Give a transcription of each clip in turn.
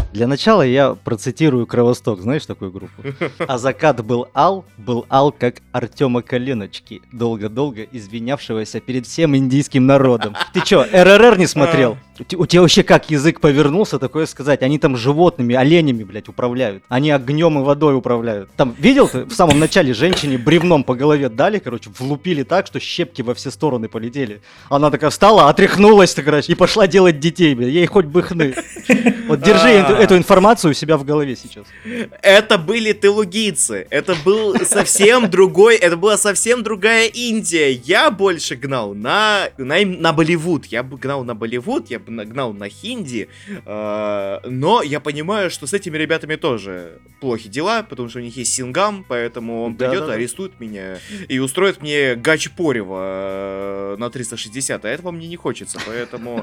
Для начала я процитирую Кровосток, знаешь такую группу? А закат был ал, как Артема Коленочки, долго-долго извинявшегося перед всем индийским народом. Ты чё, РРР не смотрел? У тебя вообще как язык повернулся такое сказать? Они там животными, оленями, блядь, управляют. Они огнем и водой управляют. Там, видел ты, в самом начале женщине бревном по голове дали, короче, влупили так, что щепки во все стороны полетели. Она такая встала, отряхнулась, короче, и пошла делать детей, блядь. Ей хоть бы хны. Вот держи эту информацию у себя в голове сейчас. Это были телугийцы. Это был совсем другой, это была совсем другая Индия. Я больше гнал на Болливуд. Я бы гнал на Болливуд, я бы гнал на хинди. Но я понимаю, что с этими ребятами тоже плохи дела, потому что у них есть Сингам, поэтому он придет, арестует меня и устроит мне гачпорево на 360, а этого мне не хочется, поэтому...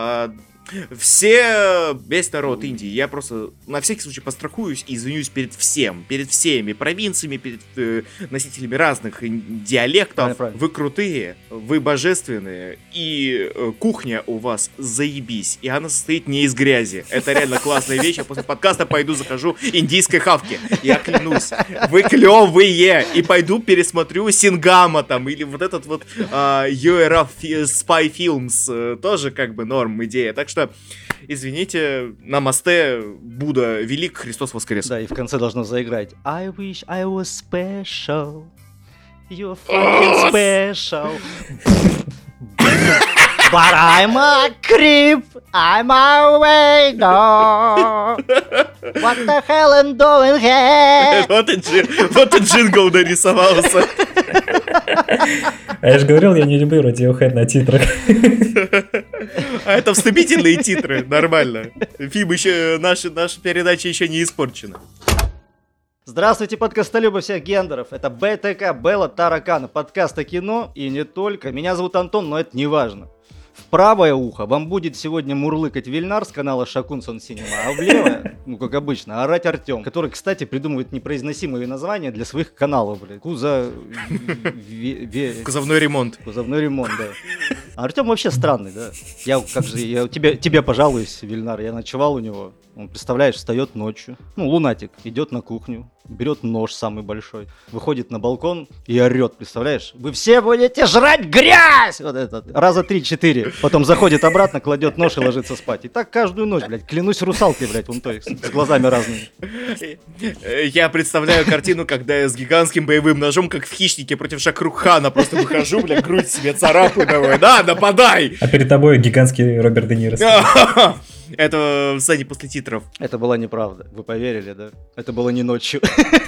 Весь народ Индии, я просто на всякий случай пострахуюсь и извинюсь перед всеми провинциями, перед носителями разных диалектов. Правильно. Вы крутые, вы божественные, и кухня у вас заебись, и она состоит не из грязи. Это реально классная вещь, я после подкаста пойду закажу индийской хавки, я клянусь. Вы клевые, и пойду пересмотрю Сингама там, или вот этот вот URF Spy Films, тоже как бы норм идея, так что извините, намасте, Будда велик, Христос воскрес. Да, и в конце должно заиграть I wish I was special, you're fucking special. But I'm a creep, I'm away, no. What the hell I'm doing here? Вот и джингл нарисовался. А я же говорил, я не люблю Radiohead на титрах. А это вступительные титры, нормально. Фильм еще, наша передача еще не испорчена. Здравствуйте, подкастолюбы всех гендеров. Это БТК Белла Таракана, подкаст о кино и не только. Меня зовут Антон, но это не важно. В правое ухо вам будет сегодня мурлыкать Вильнар с канала Шакунсон Синема, а в левое, ну как обычно, орать Артем, который, кстати, придумывает непроизносимые названия для своих каналов, блядь. Кузовной ремонт. Кузовной ремонт, да. А Артем вообще странный, да. Я тебе пожалуюсь, Вильнар, я ночевал у него. Он, представляешь, встает ночью, лунатик, идет на кухню, берет нож самый большой, выходит на балкон и орет, представляешь? Вы все будете жрать грязь! Вот этот, раза 3-4. Потом заходит обратно, кладет нож и ложится спать. И так каждую ночь, блядь, клянусь русалкой, блядь, вон той, с глазами разными. Я представляю картину, когда я с гигантским боевым ножом, как в «Хищнике» против Шакрухана, просто выхожу, блядь, грудь себе царапаю, давай, да, нападай! А перед тобой гигантский Роберт Де Ниро. Это в сцене после титров. Это была неправда, вы поверили, да? Это было не ночью.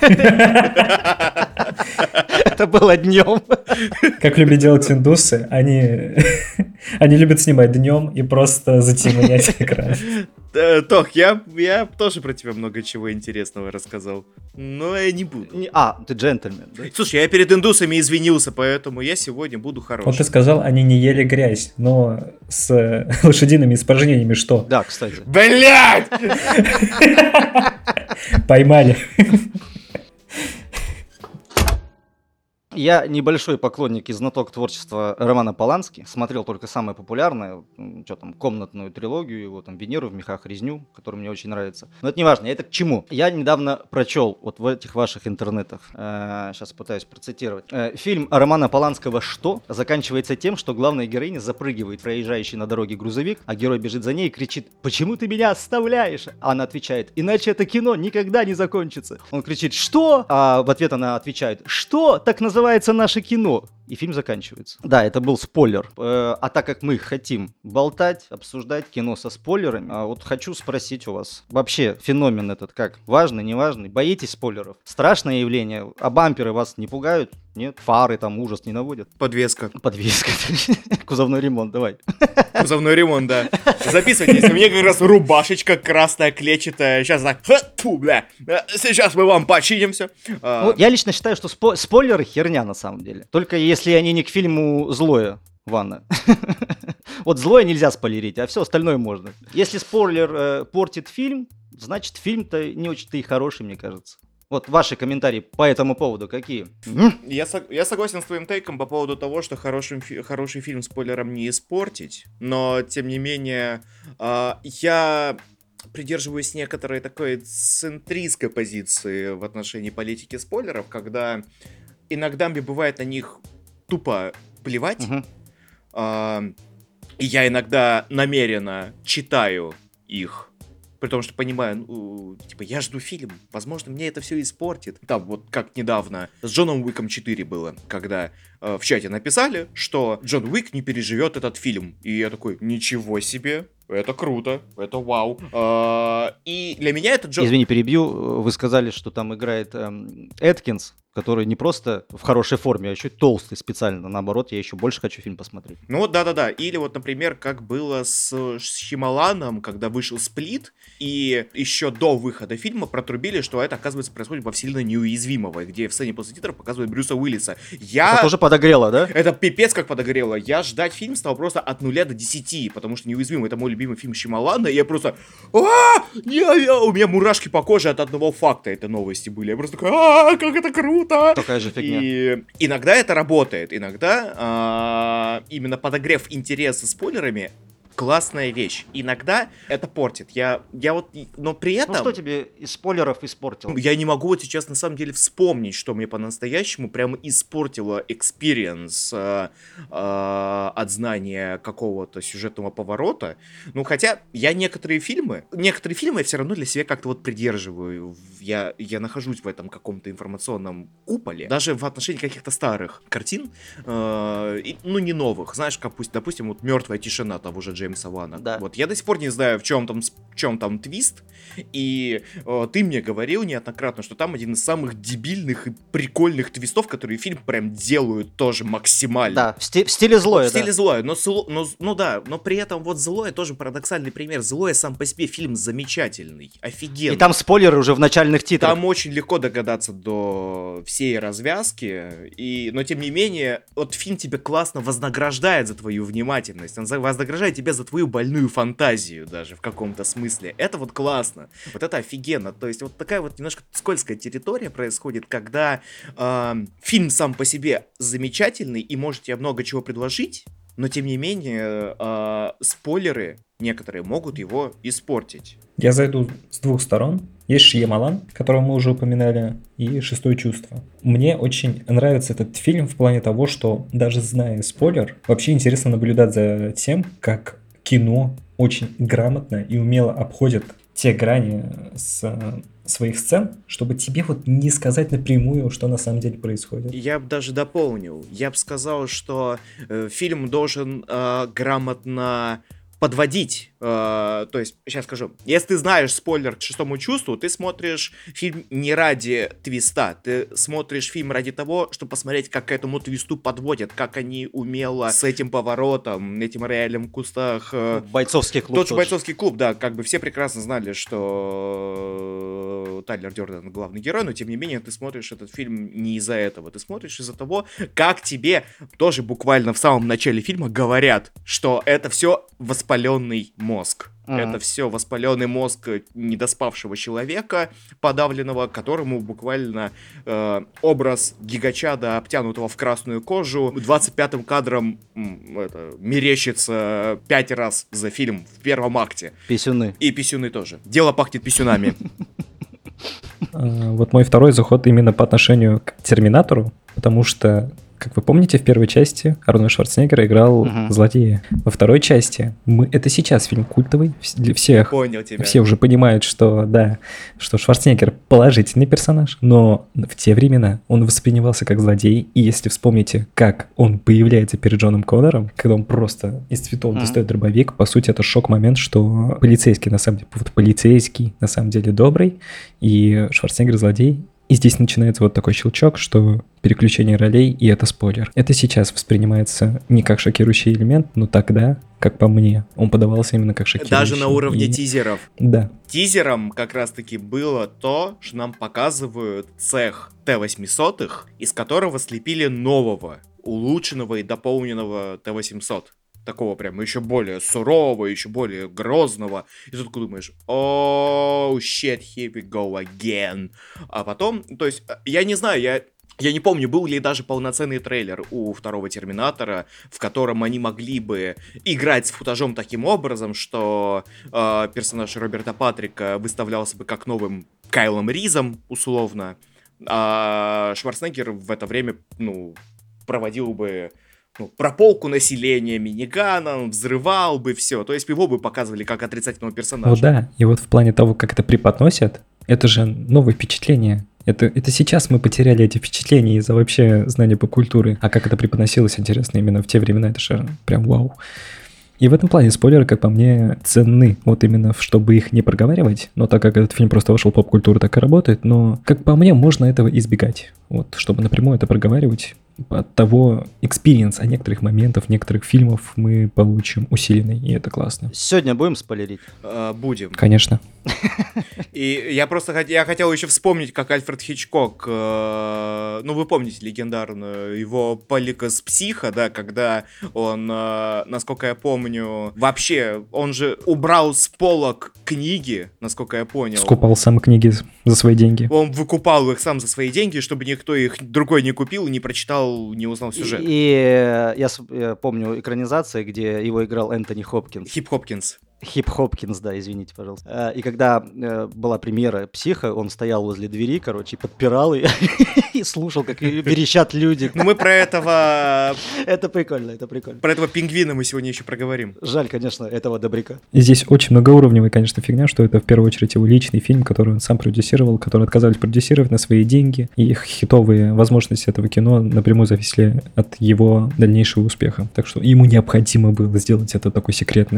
Это было днем. Как любят делать индусы, они любят снимать днем и просто затемнять экран. Тох, я тоже про тебя много чего интересного рассказал, но я не буду. Ты джентльмен, да? Слушай, я перед индусами извинился, поэтому я сегодня буду хорошим. Вот ты сказал, они не ели грязь, но с лошадиными испражнениями что? Да, кстати. Блядь! Поймали. Я небольшой поклонник и знаток творчества Романа Полански. Смотрел только самое популярное, комнатную трилогию его, «Венеру в мехах», «Резню», который мне очень нравится. Но это не важно. Это к чему? Я недавно прочел вот в этих ваших интернетах, сейчас пытаюсь процитировать. Фильм Романа Поланского «Что?» заканчивается тем, что главная героиня запрыгивает в проезжающий на дороге грузовик, а герой бежит за ней и кричит: «Почему ты меня оставляешь?» А она отвечает: «Иначе это кино никогда не закончится». Он кричит: «Что?» А в ответ она отвечает: «Что? Так называется наше кино». И фильм заканчивается. Да, это был спойлер. А так как мы хотим болтать, обсуждать кино со спойлерами, вот хочу спросить у вас, вообще феномен этот как? Важный, не важный? Боитесь спойлеров? Страшное явление? А бамперы вас не пугают? Нет? Фары там ужас не наводят? Подвеска. Кузовной ремонт, давай. Кузовной ремонт, да. Записывайтесь, у меня как раз рубашечка красная, клетчатая. Сейчас так, бля, сейчас мы вам починим все. Я лично считаю, что спойлеры херня на самом деле. Только если они не к фильму «Злое», Ванна. Вот «Злое» нельзя спойлерить, а все остальное можно. Если спойлер портит фильм, значит фильм-то не очень-то и хороший, мне кажется. Вот ваши комментарии по этому поводу какие? Я согласен с твоим тейком по поводу того, что хороший фильм спойлером не испортить, но тем не менее я придерживаюсь некоторой такой центристской позиции в отношении политики спойлеров, когда иногда мне бывает на них тупо плевать. Мгм. И я иногда намеренно читаю их, при том, что понимаю, типа, я жду фильм, возможно, мне это все испортит. Там вот как недавно с Джоном Уиком 4 было, когда в чате написали, что Джон Уик не переживет этот фильм. И я такой, ничего себе, это круто, это вау. И для меня это Джон... Извини, перебью. Вы сказали, что там играет Эткинс, который не просто в хорошей форме, а еще толстый специально. Наоборот, я еще больше хочу фильм посмотреть. Ну вот, да-да-да. Или вот, например, как было с Шьямаланом, когда вышел «Сплит», и еще до выхода фильма протрубили, что это, оказывается, происходит во вселенной Неуязвимого, где в сцене после титров показывают Брюса Уиллиса. Это тоже подогрело, да? Это пипец как подогрело. Я ждать фильм стал просто от 0 до 10, потому что «Неуязвимый» — это мой любимый фильм Шьямалана, и я просто... У меня мурашки по коже от одного факта этой новости были. Я просто такой, как это круто! Такая же фигня. И иногда это работает, иногда именно подогрев интереса спойлерами классная вещь. Иногда это портит. Я вот, но при этом... Ну что тебе из спойлеров испортил? Я не могу вот сейчас на самом деле вспомнить, что мне по-настоящему прямо испортило экспириенс от знания какого-то сюжетного поворота. Ну, хотя я некоторые фильмы я все равно для себя как-то вот придерживаю. Я нахожусь в этом каком-то информационном куполе. Даже в отношении каких-то старых картин, ну, не новых. Знаешь, как, допустим, вот «Мертвая тишина» того же Джеймса Вана. Да. Вот я до сих пор не знаю, в чем там твист. И ты мне говорил неоднократно, что там один из самых дебильных и прикольных твистов, которые фильм прям делают тоже максимально. Да, в стиле злое, В стиле злое, но при этом вот злое тоже парадоксальный пример. Злое сам по себе фильм замечательный, офигенный. И там спойлеры уже в начальных титрах. Там очень легко догадаться до всей развязки, но тем не менее, вот фильм тебе классно вознаграждает за твою внимательность, он вознаграждает тебя за твою больную фантазию даже в каком-то смысле. Это вот классно, вот это офигенно. То есть вот такая вот немножко скользкая территория происходит, когда фильм сам по себе замечательный и может тебе много чего предложить, но тем не менее спойлеры некоторые могут его испортить. Я зайду с двух сторон. Есть Шьямалан, которого мы уже упоминали, и «Шестое чувство». Мне очень нравится этот фильм в плане того, что даже зная спойлер, вообще интересно наблюдать за тем, как кино очень грамотно и умело обходит те грани своих сцен, чтобы тебе вот не сказать напрямую, что на самом деле происходит. Я бы даже дополнил. Я бы сказал, что фильм должен грамотно подводить. То есть, сейчас скажу. Если ты знаешь спойлер к «Шестому чувству», ты смотришь фильм не ради твиста. Ты смотришь фильм ради того, чтобы посмотреть, как к этому твисту подводят, как они умело с этим поворотом, этим роялем в кустах. Бойцовский клуб. Тот же «Бойцовский клуб», да, как бы все прекрасно знали, что Тайлер Дёрден главный герой, но тем не менее ты смотришь этот фильм не из-за этого. Ты смотришь из-за того, как тебе тоже буквально в самом начале фильма говорят, что это все воспаленный мозг. Это все воспаленный мозг недоспавшего человека, подавленного, которому буквально образ гигачада, обтянутого в красную кожу, 25-м кадром мерещится 5 раз за фильм в первом акте. Писюны. И писюны тоже. Дело пахнет писюнами. Вот мой второй заход именно по отношению к «Терминатору», потому что, как вы помните, в первой части Арнольд Шварценеггер играл злодея. Во второй части это сейчас фильм культовый для всех. Понял тебя. Все уже понимают, что да, что Шварценеггер положительный персонаж, но в те времена он воспринимался как злодей. И если вспомните, как он появляется перед Джоном Коннором, когда он просто из цветов достает дробовик, по сути, это шок-момент, что полицейский на самом деле добрый, и Шварценеггер злодей. И здесь начинается вот такой щелчок, что переключение ролей, и это спойлер. Это сейчас воспринимается не как шокирующий элемент, но тогда, как по мне, он подавался именно как шокирующий. Даже на уровне тизеров. Да. Тизером как раз-таки было то, что нам показывают цех Т-800, из которого слепили нового, улучшенного и дополненного Т-800. Такого прям еще более сурового, еще более грозного. И ты такой думаешь, oh shit, here we go again. А потом, то есть, я не знаю, Я не помню, был ли даже полноценный трейлер у второго Терминатора, в котором они могли бы играть с футажом таким образом, что персонаж Роберта Патрика выставлялся бы как новым Кайлом Ризом, условно, а Шварценеггер в это время, проводил бы прополку населения миниганом, взрывал бы все. То есть его бы показывали как отрицательного персонажа. Вот да, и вот в плане того, как это преподносят, это же новое впечатление. Это сейчас мы потеряли эти впечатления из-за вообще знания по культуре. А как это преподносилось, интересно, именно в те времена, это же прям вау. И в этом плане спойлеры, как по мне, ценны. Вот именно, чтобы их не проговаривать. Но так как этот фильм просто вошел в поп-культуру, так и работает. Но, как по мне, можно этого избегать. Вот, чтобы напрямую это проговаривать. От того experience, некоторых моментов, некоторых фильмов мы получим усиленный, и это классно. Сегодня будем спойлерить? Будем. Конечно. И я просто хотел еще вспомнить, как Альфред Хичкок, вы помните легендарную его «Поликос Психо», да, когда он, насколько я помню, вообще, он же убрал с полок книги, насколько я понял. Скупал сам книги за свои деньги. Он выкупал их сам за свои деньги, чтобы никто их другой не купил, не прочитал, не узнал сюжет. И я помню экранизации, где его играл Энтони Хопкинс. Хип Хопкинс. Хип Хопкинс, да, извините, пожалуйста. И когда была премьера «Психо», он стоял возле двери, и подпирал ее и слушал, как верещат люди. Мы про этого... Это прикольно, это прикольно. Про этого пингвина мы сегодня еще проговорим. Жаль, конечно, этого добряка. И здесь очень многоуровневая, конечно, фигня, что это в первую очередь его личный фильм, который он сам продюсировал, который отказались продюсировать на свои деньги, и их хитовые возможности этого кино напрямую зависели от его дальнейшего успеха. Так что ему необходимо было сделать это такой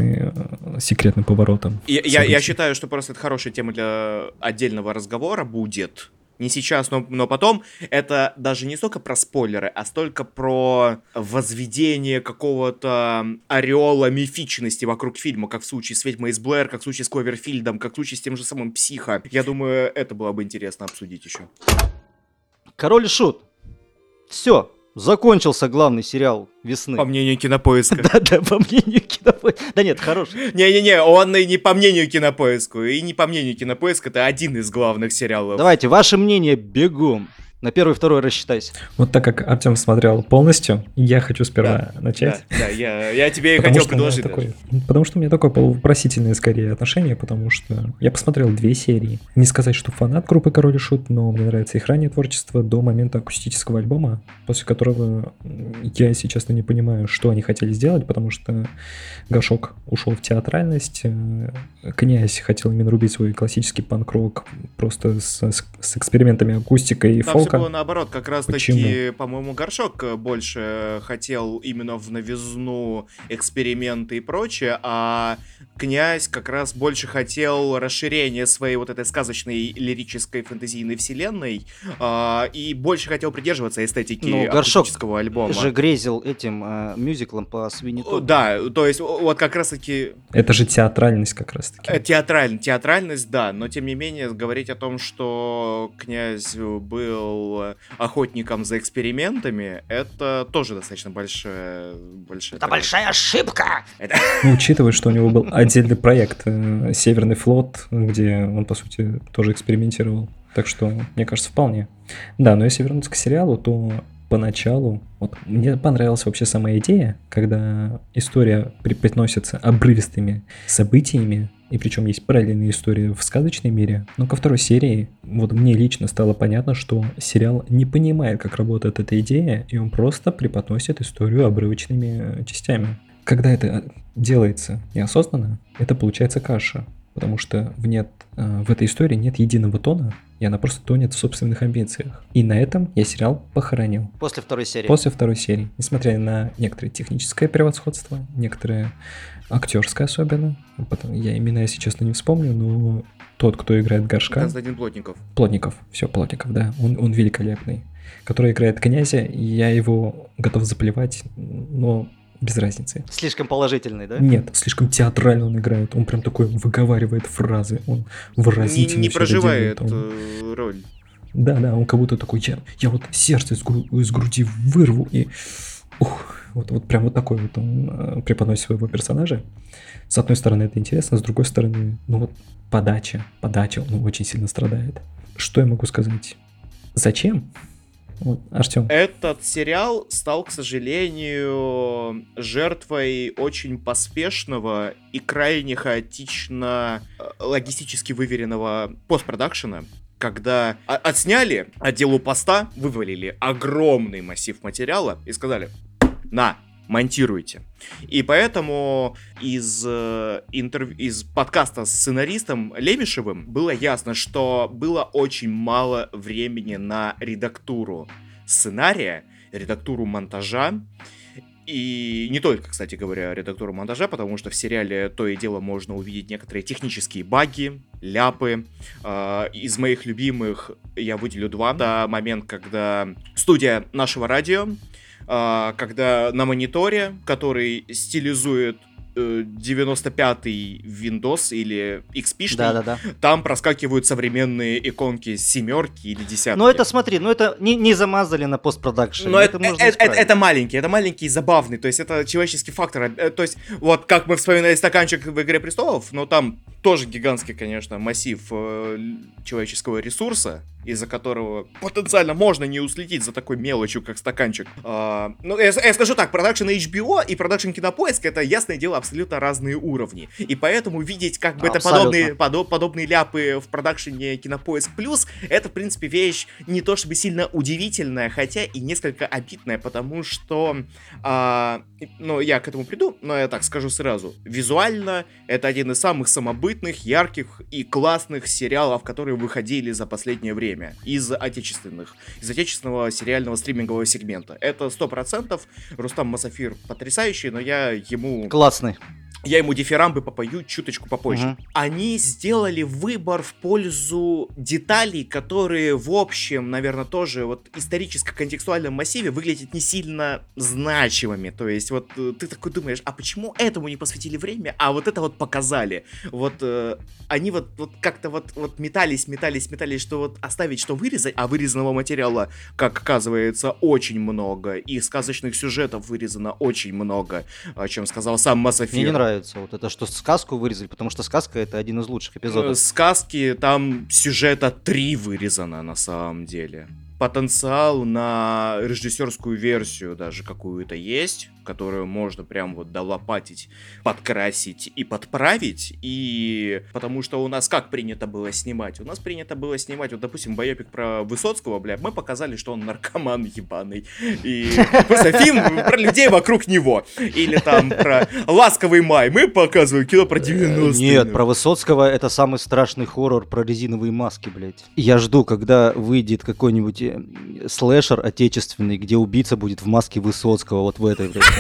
секретным поворотом. Я считаю, что просто это хорошая тема для отдельного разговора будет. Не сейчас, но потом. Это даже не столько про спойлеры, а столько про возведение какого-то ореола мифичности вокруг фильма, как в случае с «Ведьмой из Блэр», как в случае с Кловерфилдом, как в случае с тем же самым «Психо». Я думаю, это было бы интересно обсудить еще. Король и Шут. Все. Закончился главный сериал весны. По мнению Кинопоиска. Да, по мнению Кинопоиска. Да нет, хороший. Не-не-не, он и не по мнению Кинопоиску, и не по мнению Кинопоиска, это один из главных сериалов. Давайте, ваше мнение бегом. На первый и второй рассчитайся. Вот так как Артем смотрел полностью, я хочу сперва начать. Да, я тебе и хотел предложить. Потому что у меня такое полувопросительное скорее отношение, потому что я посмотрел 2 серии. Не сказать, что фанат группы Король и Шут, но мне нравится их раннее творчество до момента акустического альбома, после которого я, если честно, не понимаю, что они хотели сделать, потому что Горшок ушел в театральность, Князь хотел именно рубить свой классический панк-рок просто с экспериментами акустикой и фолка. Там все было наоборот, как раз таки, по-моему, Горшок больше хотел именно в новизну, эксперименты и прочее, а Князь как раз больше хотел расширения своей вот этой сказочной лирической фэнтезийной вселенной и больше хотел придерживаться эстетики акустического альбома. Горшок же грезил этим мюзиклом по Свинни Тодду. Да, то есть вот как раз таки... Это же театральность как раз таки. Театральность, да, но тем не менее говорить о том, что Князь был охотником за экспериментами, это тоже достаточно большая... Это большая ошибка! Ну, учитывая, что у него был отдельный проект «Северный флот», где он, по сути, тоже экспериментировал. Так что, мне кажется, вполне. Да, но если вернуться к сериалу, то поначалу вот мне понравилась вообще сама идея, когда история преподносится обрывистыми событиями, и причем есть параллельная история в сказочном мире. Но ко второй серии вот мне лично стало понятно, что сериал не понимает, как работает эта идея, и он просто преподносит историю обрывочными частями. Когда это делается неосознанно, это получается каша, потому что в этой истории нет единого тона, и она просто тонет в собственных амбициях. И на этом я сериал похоронил. После второй серии. После второй серии. Несмотря на некоторое техническое превосходство, некоторое актерское особенно. Я имена, если честно, не вспомню, но тот, кто играет Горшка... Константин Плотников. Плотников, да. Он великолепный. Который играет Князя, и я его готов заплевать, но... без разницы. Слишком положительный, да? Нет, слишком театрально он играет. Он прям такой выговаривает фразы. Он выразительно не проживает роль. Да, он как будто такой, я вот сердце из груди вырву и... Вот прям вот такой вот он преподносит своего персонажа. С одной стороны это интересно, с другой стороны, подача, он очень сильно страдает. Что я могу сказать? Зачем? Вот, Артем. Этот сериал стал, к сожалению, жертвой очень поспешного и крайне хаотично логистически выверенного постпродакшена, когда отсняли отделу поста, вывалили огромный массив материала и сказали: на, монтируйте. И поэтому из подкаста с сценаристом Лемешевым было ясно, что было очень мало времени на редактуру сценария, редактуру монтажа. И не только, кстати говоря, редактуру монтажа, потому что в сериале то и дело можно увидеть некоторые технические баги, ляпы. Из моих любимых я выделю два. Это момент, когда студия нашего радио, когда на мониторе, который стилизует 95-й Windows или XP-шный, Да-да-да. там проскакивают современные иконки семерки или десятки. Ну это смотри, ну это не замазали на постпродакшене. Но это можно исправить. маленький и забавный, то есть это человеческий фактор. То есть вот как мы вспоминали стаканчик в «Игре престолов», но там тоже гигантский, конечно, массив человеческого ресурса, из-за которого потенциально можно не уследить за такой мелочью, как стаканчик. Ну, я скажу так, продакшн HBO и продакшн Кинопоиск — это, ясное дело, абсолютно разные уровни. И поэтому видеть как бы это подобные ляпы в продакшене Кинопоиск Плюс, это, в принципе, вещь не то чтобы сильно удивительная, хотя и несколько обидная, потому что, ну, я к этому приду, но я так скажу сразу, визуально это один из самых самобытных, ярких и классных сериалов, которые выходили за последнее время из отечественного сериального стримингового сегмента. Это 100%. Рустам Масафир потрясающий, но я ему дифирамбы попою чуточку попозже. Они сделали выбор в пользу деталей, которые, в общем, наверное, тоже вот историческо-контекстуальном массиве выглядят не сильно значимыми. То есть вот ты такой думаешь, а почему этому не посвятили время, а вот это вот показали? Вот они вот как-то вот метались, что вот оставить, что вырезать, а вырезанного материала, как оказывается, очень много. И сказочных сюжетов вырезано очень много, о чем сказал сам Масафир. Мне не нравится вот это, что сказку вырезали, потому что сказка — это один из лучших эпизодов. Сказки, там сюжета 3 вырезано на самом деле. Потенциал на режиссерскую версию даже какую-то есть, которую можно прям вот долопатить, подкрасить и подправить. И потому что у нас как принято было снимать? У нас принято было снимать, вот, допустим, байопик про Высоцкого, бля, мы показали, что он наркоман ебаный. И просто фильм про людей вокруг него. Или там про «Ласковый май». Мы показываем кино про 90-е. Нет, про Высоцкого это самый страшный хоррор про резиновые маски, блядь. Я жду, когда выйдет какой-нибудь слэшер отечественный, где убийца будет в маске Высоцкого, вот в этой, блядь.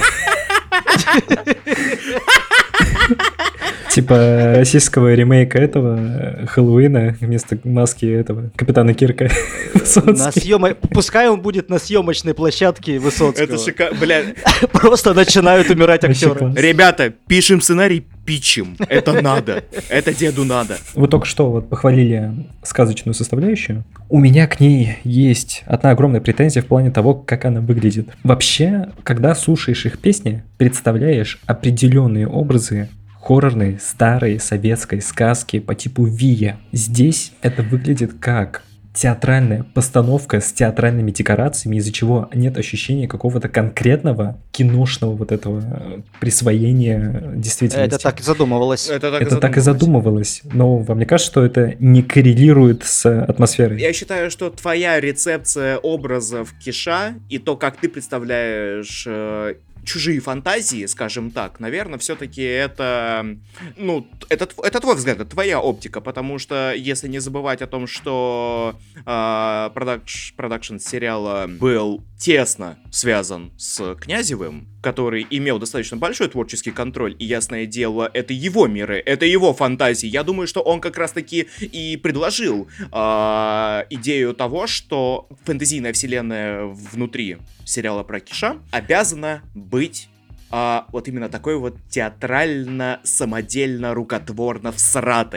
Типа российского ремейка этого Хэллоуина вместо маски этого Капитана Кирка. Пускай он будет на съемочной площадке Высоцкого. Это шикарно, бля. Просто начинают умирать актеры. Ребята, пишем сценарий, питчем. Это надо. Это деду надо. Вы только что вот похвалили сказочную составляющую. У меня к ней есть одна огромная претензия в плане того, как она выглядит. Вообще, когда слушаешь их песни, представляешь определенные образы хоррорной, старой советской сказки по типу Вия. Здесь это выглядит как театральная постановка с театральными декорациями, из-за чего нет ощущения какого-то конкретного киношного вот этого присвоения действительности. Это так и задумывалось. Это так и задумывалось. Но вам не кажется, что это не коррелирует с атмосферой? Я считаю, что твоя рецепция образов Киша и то, как ты представляешь чужие фантазии, скажем так, наверное, все-таки это, ну, это твой взгляд, это твоя оптика, потому что, если не забывать о том, что продакшн сериала был тесно связан с Князевым, который имел достаточно большой творческий контроль, и, ясное дело, это его миры, это его фантазии. Я думаю, что он как раз-таки и предложил идею того, что фэнтезийная вселенная внутри сериала про Киша обязана быть вот именно такой вот театрально-самодельно-рукотворно всратой.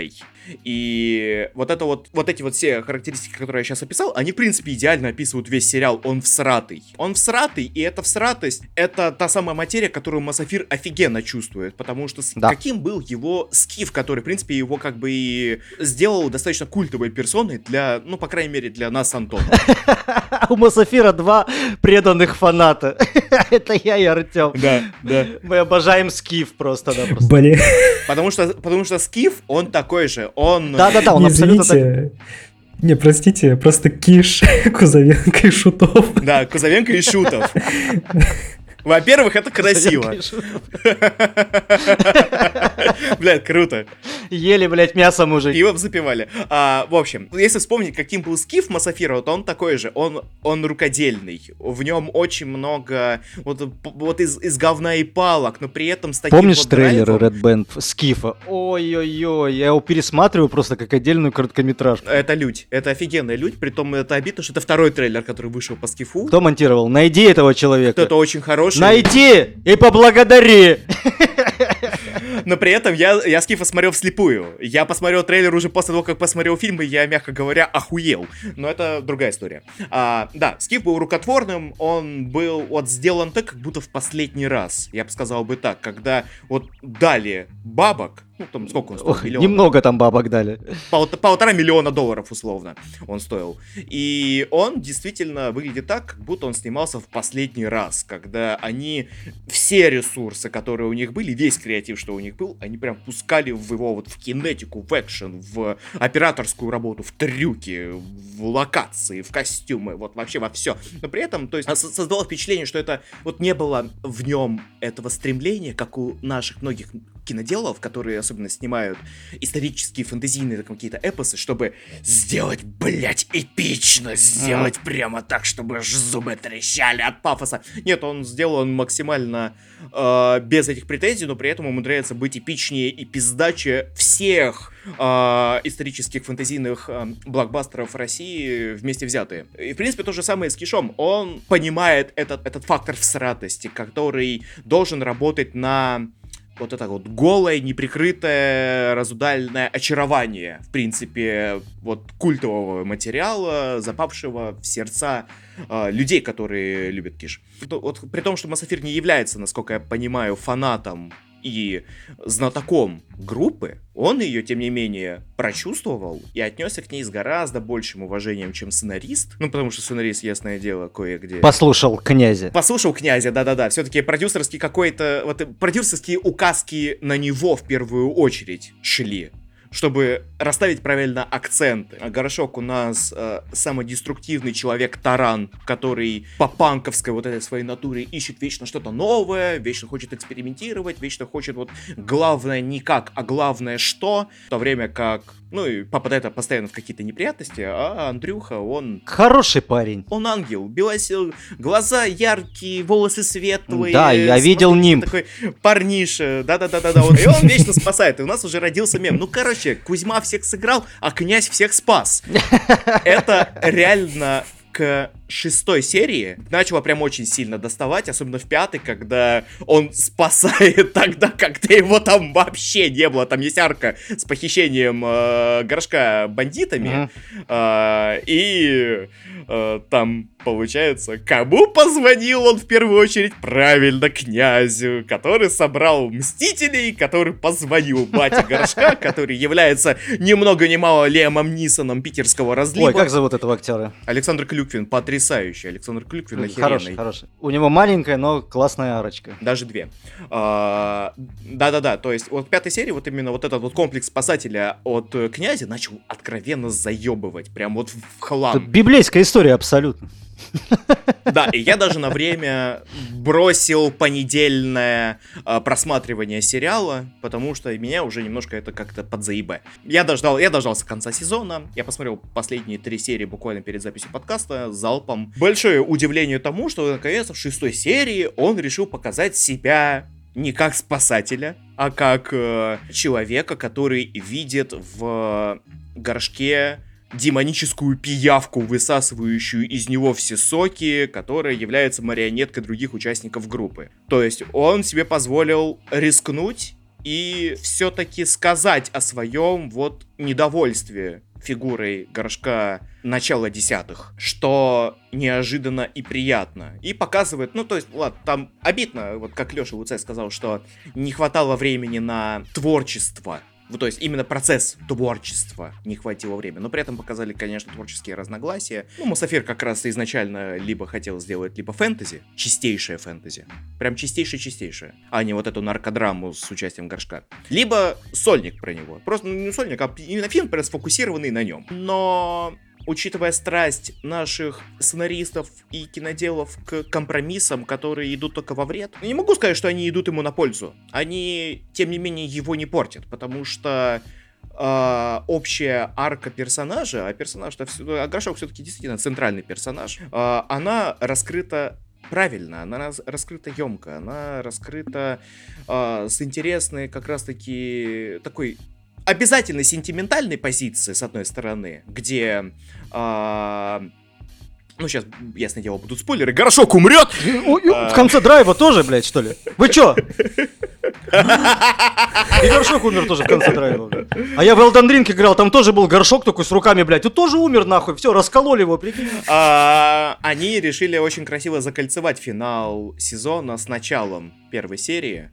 И вот эти вот все характеристики, которые я сейчас описал, они, в принципе, идеально описывают весь сериал. Он всратый. Он всратый, и эта всратость — это та самая материя, которую Масафир офигенно чувствует, потому что каким был его Скиф, который, в принципе, его как бы и сделал достаточно культовой персоной для, ну, по крайней мере, для нас, Антона. У Масафира 2 преданных фаната. Это я и Артем. Да. Мы обожаем Скиф просто-напросто. Блин. Потому что Скиф, он такой же. Он... Да, он абсолютно так. Извините. Не, простите, просто Киш, Кузовенко и Шутов. Да, Кузовенко и Шутов. Во-первых, это красиво. Блядь, круто. Ели, блядь, мясо, мужик. Пивом запивали. В общем, если вспомнить, каким был Скиф Масафира, то он такой же. Он рукодельный. В нем очень много вот из говна и палок, но при этом с таким Помнишь вот трейлеры драйвом. Red Band Скифа? Ой-ой-ой, я его пересматриваю просто как отдельную короткометражку. Это лють. Это офигенная лють. Притом это обидно, что это второй трейлер, который вышел по Скифу. Кто монтировал? Найди этого человека. Кто-то очень хороший. Найди и поблагодари. Но при этом я Скифа смотрел вслепую. Я посмотрел трейлер уже после того, как посмотрел фильм, и я, мягко говоря, охуел. Но это другая история. Да, Скиф был рукотворным, он был вот сделан так, как будто в последний раз. Я бы сказал бы так, когда вот дали бабок, ну там сколько он стоил? Миллион? Немного там бабок дали. $1,5 миллиона условно он стоил. И он действительно выглядит так, как будто он снимался в последний раз, когда они все ресурсы, которые у них были, весь креатив, что у них был, они прям пускали в его вот в кинетику, в экшен, в операторскую работу, в трюки, в локации, в костюмы, вот вообще во все. Но при этом, то есть, создало впечатление, что это вот не было в нем этого стремления, как у наших многих киноделов, которые особенно снимают исторические, фэнтезийные какие-то эпосы, чтобы сделать, блять, эпично, сделать прямо так, чтобы аж зубы трещали от пафоса. Нет, он сделан максимально без этих претензий, но при этом умудряется быть эпичнее и пиздаче всех исторических фэнтезийных блокбастеров России вместе взятые. И, в принципе, то же самое с Кишом. Он понимает этот фактор всратости, который должен работать на вот это вот голое, неприкрытое, разудальное очарование, в принципе, вот культового материала, запавшего в сердца людей, которые любят Киш. Вот, при том, что Масафир не является, насколько я понимаю, фанатом и знатоком группы, он ее, тем не менее, прочувствовал и отнесся к ней с гораздо большим уважением, чем сценарист. Ну, потому что сценарист, ясное дело, кое-где... Послушал князя. Послушал князя, да-да-да. Все-таки продюсерский какой-то... Вот продюсерские указки на него в первую очередь шли, чтобы расставить правильно акценты. А Горошок у нас самодеструктивный человек-таран, который по панковской вот этой своей натуре ищет вечно что-то новое, вечно хочет экспериментировать, вечно хочет вот главное не как, а главное что, в то время как, ну и попадает постоянно в какие-то неприятности, а Андрюха, он... Хороший парень. Он ангел, глаза яркие, волосы светлые. Да, я видел нимб. Такой парниша, да-да-да-да, и он вечно спасает, и у нас уже родился мем. Ну, короче, Кузьма всех сыграл, а князь всех спас. Это реально к 6-й серии начало прям очень сильно доставать, особенно в 5-й, когда он спасает тогда, когда его там вообще не было. Там есть арка с похищением Горшка бандитами, и там получается, кому позвонил он в первую очередь? Правильно, князю, который собрал Мстителей, который позвонил бате Горшка, который является ни много ни мало Лиамом Нисоном питерского разлива. Ой, как зовут этого актера? Александр Клюквин, потрясающий. Александр Клюквин охеренный. Хороший. У него маленькая, но классная арочка. Даже две. Да-да-да, то есть вот в 5-й серии вот именно вот этот вот комплекс спасателя от князя начал откровенно заебывать, прям вот в хлам. Это библейская история абсолютно. Да, и я даже на время бросил понедельное просматривание сериала, потому что меня уже немножко это как-то подзаебе. Я дождался конца сезона, я посмотрел последние 3 серии буквально перед записью подкаста залпом. Большое удивление тому, что наконец в 6-й серии он решил показать себя не как спасателя, а как человека, который видит в Горшке демоническую пиявку, высасывающую из него все соки, которая является марионеткой других участников группы. То есть он себе позволил рискнуть и все-таки сказать о своем вот недовольстве фигурой Горшка начала десятых, что неожиданно и приятно. И показывает, ну, то есть, ладно, там обидно, вот как Леша Луцай сказал, что не хватало времени на творчество. То есть именно процесс творчества не хватило времени. Но при этом показали, конечно, творческие разногласия. Ну, Мусафир как раз изначально либо хотел сделать либо фэнтези, чистейшее фэнтези. Прям чистейшее-чистейшее. А не вот эту наркодраму с участием Горшка. Либо сольник про него. Просто ну, не сольник, а именно фильм, прям сфокусированный на нем. Но... Учитывая страсть наших сценаристов и киноделов к компромиссам, которые идут только во вред, не могу сказать, что они идут ему на пользу. Они, тем не менее, его не портят, потому что общая арка персонажа, а Горшок все-таки действительно центральный персонаж, она раскрыта правильно, она раскрыта емко, она раскрыта с интересной как раз-таки такой... обязательно сентиментальной позиции, с одной стороны, где, ну, сейчас, ясное дело, будут спойлеры, Горшок умрет! В конце драйва тоже, блядь, что ли? Вы чё? И Горшок умер тоже в конце драйва, блядь. А я в Elden Ring играл, там тоже был Горшок такой с руками, блядь, и тоже умер, нахуй, все, раскололи его, прикинь. Они решили очень красиво закольцевать финал сезона с началом первой серии.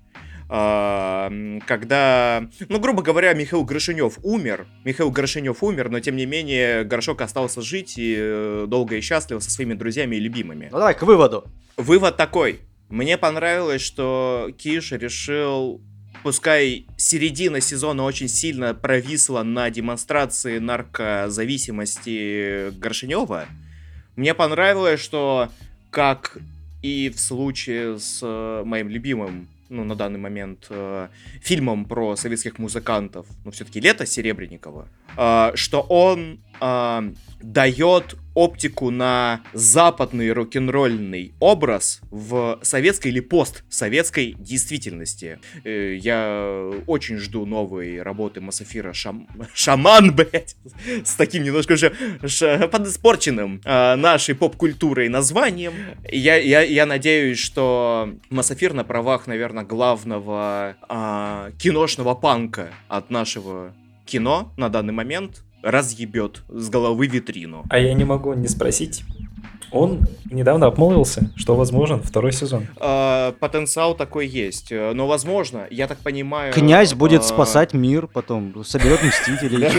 Когда, ну, грубо говоря, Михаил Горшенев умер, но тем не менее Горшок остался жить и долго и счастливо со своими друзьями и любимыми. Ну давай к выводу. Вывод такой. Мне понравилось, что Киш решил, пускай середина сезона очень сильно провисла на демонстрации наркозависимости Горшенева, мне понравилось, что, как и в случае с моим любимым, ну, на данный момент, фильмом про советских музыкантов, ну, все-таки «Лето» Серебренникова, что он дает оптику на западный рок-н-ролльный образ в советской или постсоветской действительности. Я очень жду новой работы Мусафира «Шаман», блять, с таким немножко уже подиспорченным нашей поп-культурой названием. Я надеюсь, что Мусафир на правах, наверное, главного киношного панка от нашего кино на данный момент разъебет с головы витрину. А я не могу не спросить. Он недавно обмолвился, что возможен второй сезон. Потенциал такой есть. Но, возможно, я так понимаю... Князь будет спасать мир, потом соберет Мстителей.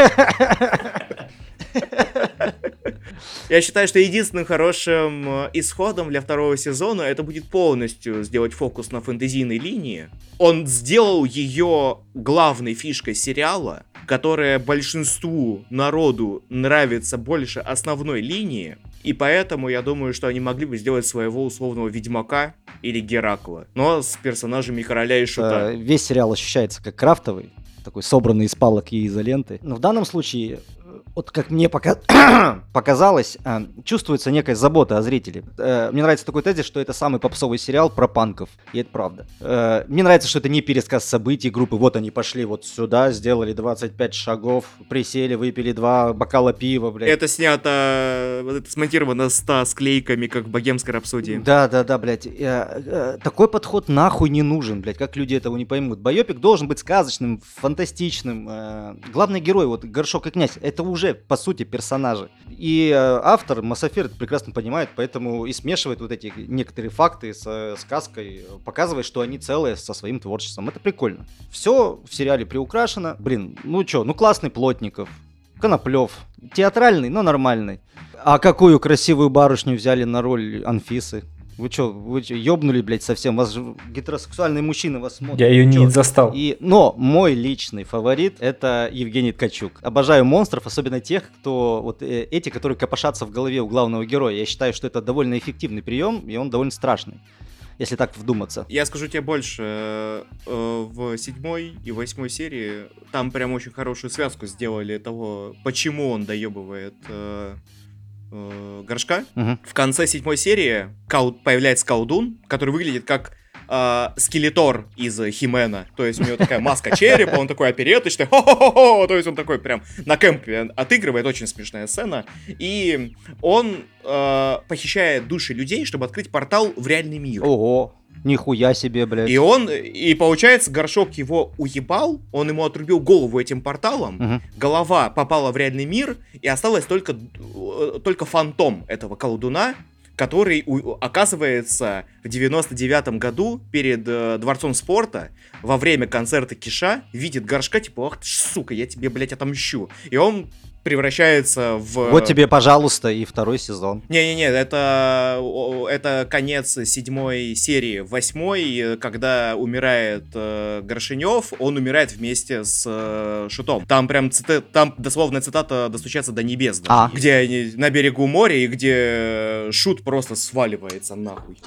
Я считаю, что единственным хорошим исходом для второго сезона это будет полностью сделать фокус на фэнтезийной линии. Он сделал ее главной фишкой сериала, которая большинству народу нравится больше основной линии, и поэтому я думаю, что они могли бы сделать своего условного Ведьмака или Геракла, но с персонажами Короля и Шута. Весь сериал ощущается как крафтовый, такой собранный из палок и изоленты. Но в данном случае... Вот как мне показалось, чувствуется некая забота о зрителе. Мне нравится такой тезис, что это самый попсовый сериал про панков, и это правда. Мне нравится, что это не пересказ событий группы. Вот они пошли вот сюда, сделали 25 шагов, присели, выпили 2 бокала пива, блядь. Это снято, это смонтировано с склейками, как в «Богемской рапсодии». Да, блядь. Такой подход нахуй не нужен, блядь, как люди этого не поймут. Байопик должен быть сказочным, фантастичным. Главный герой, вот Горшок и Князь, это уже по сути персонажи. И автор Мусафир это прекрасно понимает, поэтому и смешивает вот эти некоторые факты с сказкой, показывает, что они целые со своим творчеством. Это прикольно. Все в сериале приукрашено. Блин, ну чё, ну классный Плотников, Коноплев, театральный, но нормальный. А какую красивую барышню взяли на роль Анфисы? Вы чё, ёбнули, блядь, совсем? Вас же гетеросексуальные мужчины вас смотрят. Я ее не застал. Но мой личный фаворит — это Евгений Ткачук. Обожаю монстров, особенно тех, кто вот эти, которые копошатся в голове у главного героя. Я считаю, что это довольно эффективный прием, и он довольно страшный, если так вдуматься. Я скажу тебе больше, в 7 и 8 серии там прям очень хорошую связку сделали того, почему он доебывает Горшка. В конце 7 серии появляется колдун, который выглядит как Скелетор из Хи-Мэна. То есть у него такая маска черепа, он такой опереточный, хо-хо-хо-хо, то есть он такой прям на кемпе отыгрывает, очень смешная сцена. И он похищает души людей, чтобы открыть портал в реальный мир. Ого! Нихуя себе, блядь. И получается, Горшок его уебал, он ему отрубил голову этим порталом, Мгм. голова попала в реальный мир, и осталось только фантом этого колдуна, который, оказывается, в 99-м году перед Дворцом спорта во время концерта Киша видит Горшка, типа, ах ты ж, сука, я тебе, блядь, отомщу. И он превращается в... Вот тебе, пожалуйста, и второй сезон. Не-не-не, это конец 7 серии. В 8, когда умирает Горшенев, он умирает вместе с Шутом. Там прям там дословная цитата «Достучаться до небес», даже, где они на берегу моря, и где Шут просто сваливается нахуй.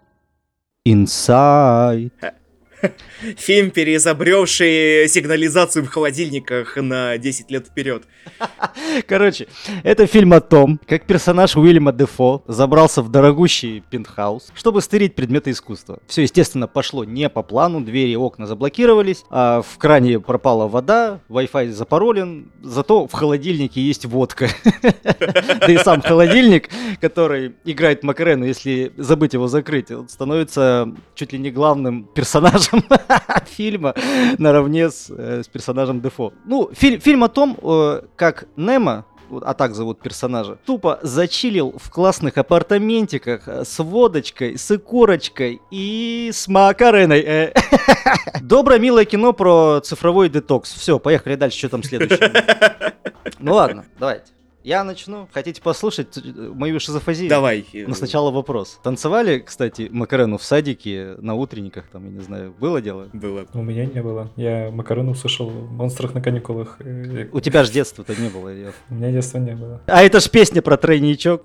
Inside. Фильм, переизобревший сигнализацию в холодильниках на 10 лет вперед. Короче, это фильм о том, как персонаж Уильяма Дефо забрался в дорогущий пентхаус, чтобы стырить предметы искусства. Все, естественно, пошло не по плану, двери и окна заблокировались, а в кране пропала вода, Wi-Fi запаролен, зато в холодильнике есть водка. Да и сам холодильник, который играет Макарену, если забыть его закрыть, он становится чуть ли не главным персонажем фильма наравне с персонажем Дефо. Ну, фильм о том, как Немо, а так зовут персонажа, тупо зачилил в классных апартаментиках с водочкой, с икорочкой и с Макареной. Доброе, милое кино про цифровой детокс. Все, поехали дальше, что там следующее. Ну ладно, давайте. Я начну. Хотите послушать мою шизофазию? Давай. Но сначала вопрос. Танцевали, кстати, Макарену в садике, на утренниках, там, я не знаю, было дело? Было. У меня не было. Я Макарену услышал в «Монстрах на каникулах». У тебя же детства-то не было. У меня детства не было. А это ж песня про тройничок.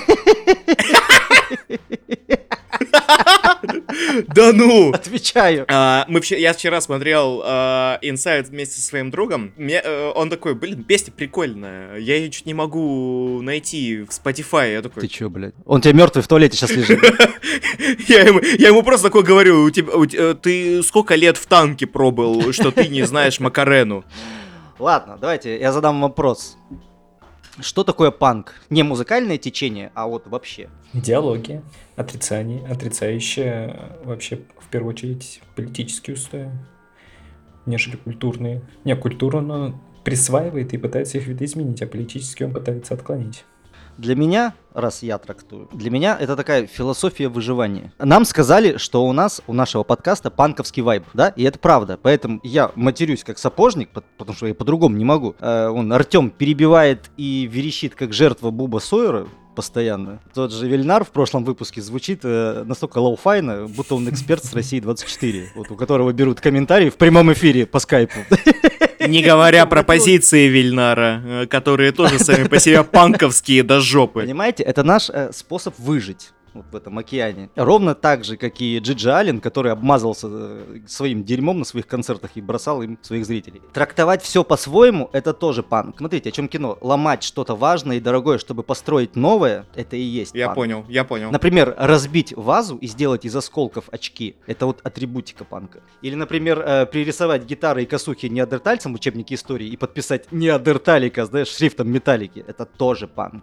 Да ну! Отвечаю. Я вчера смотрел Inside вместе со своим другом. Он такой, блин, песня прикольная. Я ее чуть не могу найти в Spotify. Я такой... Ты чё, блядь? Он тебе мертвый в туалете сейчас лежит. Я ему просто такой говорю, ты сколько лет в танке пробыл, что ты не знаешь Макарену? Ладно, давайте я задам вопрос. Что такое панк? Не музыкальное течение, а вот вообще. Идеология, отрицание, отрицающее вообще в первую очередь политические устои, нежели культурные. Не, культуру он присваивает и пытается их видоизменить, а политически он пытается отклонить. Для меня, раз я трактую, для меня это такая философия выживания. Нам сказали, что у нашего подкаста панковский вайб, да, и это правда. Поэтому я матерюсь как сапожник, потому что я по-другому не могу. Артем перебивает и верещит, как жертва Буба Сойера постоянно. Тот же Вильнар в прошлом выпуске звучит настолько лоу-файно, будто он эксперт с России 24, вот, у которого берут комментарии в прямом эфире по скайпу. Не говоря про позиции Вильнара, которые тоже сами по себе панковские до жопы. Понимаете, это наш способ выжить. Вот в этом океане. Ровно так же, как и Джиджи Аллен, который обмазался своим дерьмом на своих концертах и бросал им своих зрителей. Трактовать все по-своему — это тоже панк. Смотрите, о чем кино. Ломать что-то важное и дорогое, чтобы построить новое, это и есть Я панк. понял. Например, разбить вазу и сделать из осколков очки — это вот атрибутика панка. Или, например, пририсовать гитары и косухи неандертальцам в учебнике истории и подписать неандерталика, знаешь, шрифтом металлики — это тоже панк.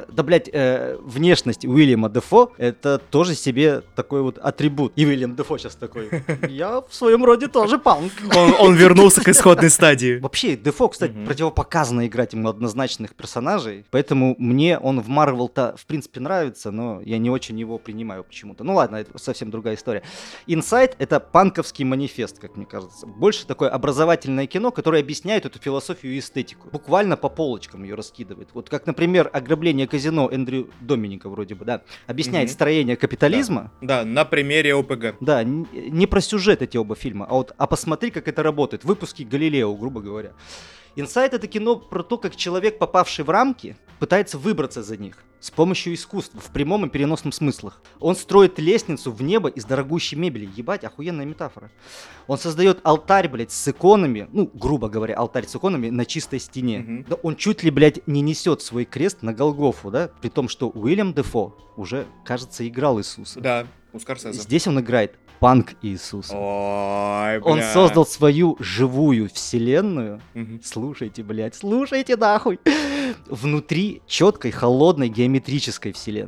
Внешность Уильяма Дефо — это тоже себе такой вот атрибут. И Уильям Дефо сейчас такой: я в своем роде тоже панк. Он вернулся к исходной стадии. Вообще, Дефо, кстати, противопоказано играть ему однозначных персонажей, поэтому мне он в Марвел-то, в принципе, нравится, но я не очень его принимаю почему-то. Ну ладно, это совсем другая история. Inside — это панковский манифест, как мне кажется. Больше такое образовательное кино, которое объясняет эту философию и эстетику. Буквально по полочкам ее раскидывает. Вот как, например, ограбление казино Эндрю Доминика вроде бы, да, объясняет строение капитализма. Да, на примере ОПГ. Да, не про сюжет эти оба фильма, а посмотри, как это работает. Выпуски Галилео, грубо говоря. Инсайд — это кино про то, как человек, попавший в рамки, пытается выбраться за них с помощью искусства, в прямом и переносном смыслах. Он строит лестницу в небо из дорогущей мебели. Ебать, охуенная метафора. Он создает алтарь, блядь, с иконами, ну, грубо говоря, алтарь с иконами на чистой стене. Да он чуть ли, блядь, не несет свой крест на Голгофу, да? При том, что Уильям Дефо уже, кажется, играл Иисуса. Да, у Скорсезе. Здесь он играет панк Иисуса. Ой, бля. Он создал свою живую вселенную. Слушайте, блядь, слушайте нахуй. Внутри четкой, холодной, геометрической вселенной.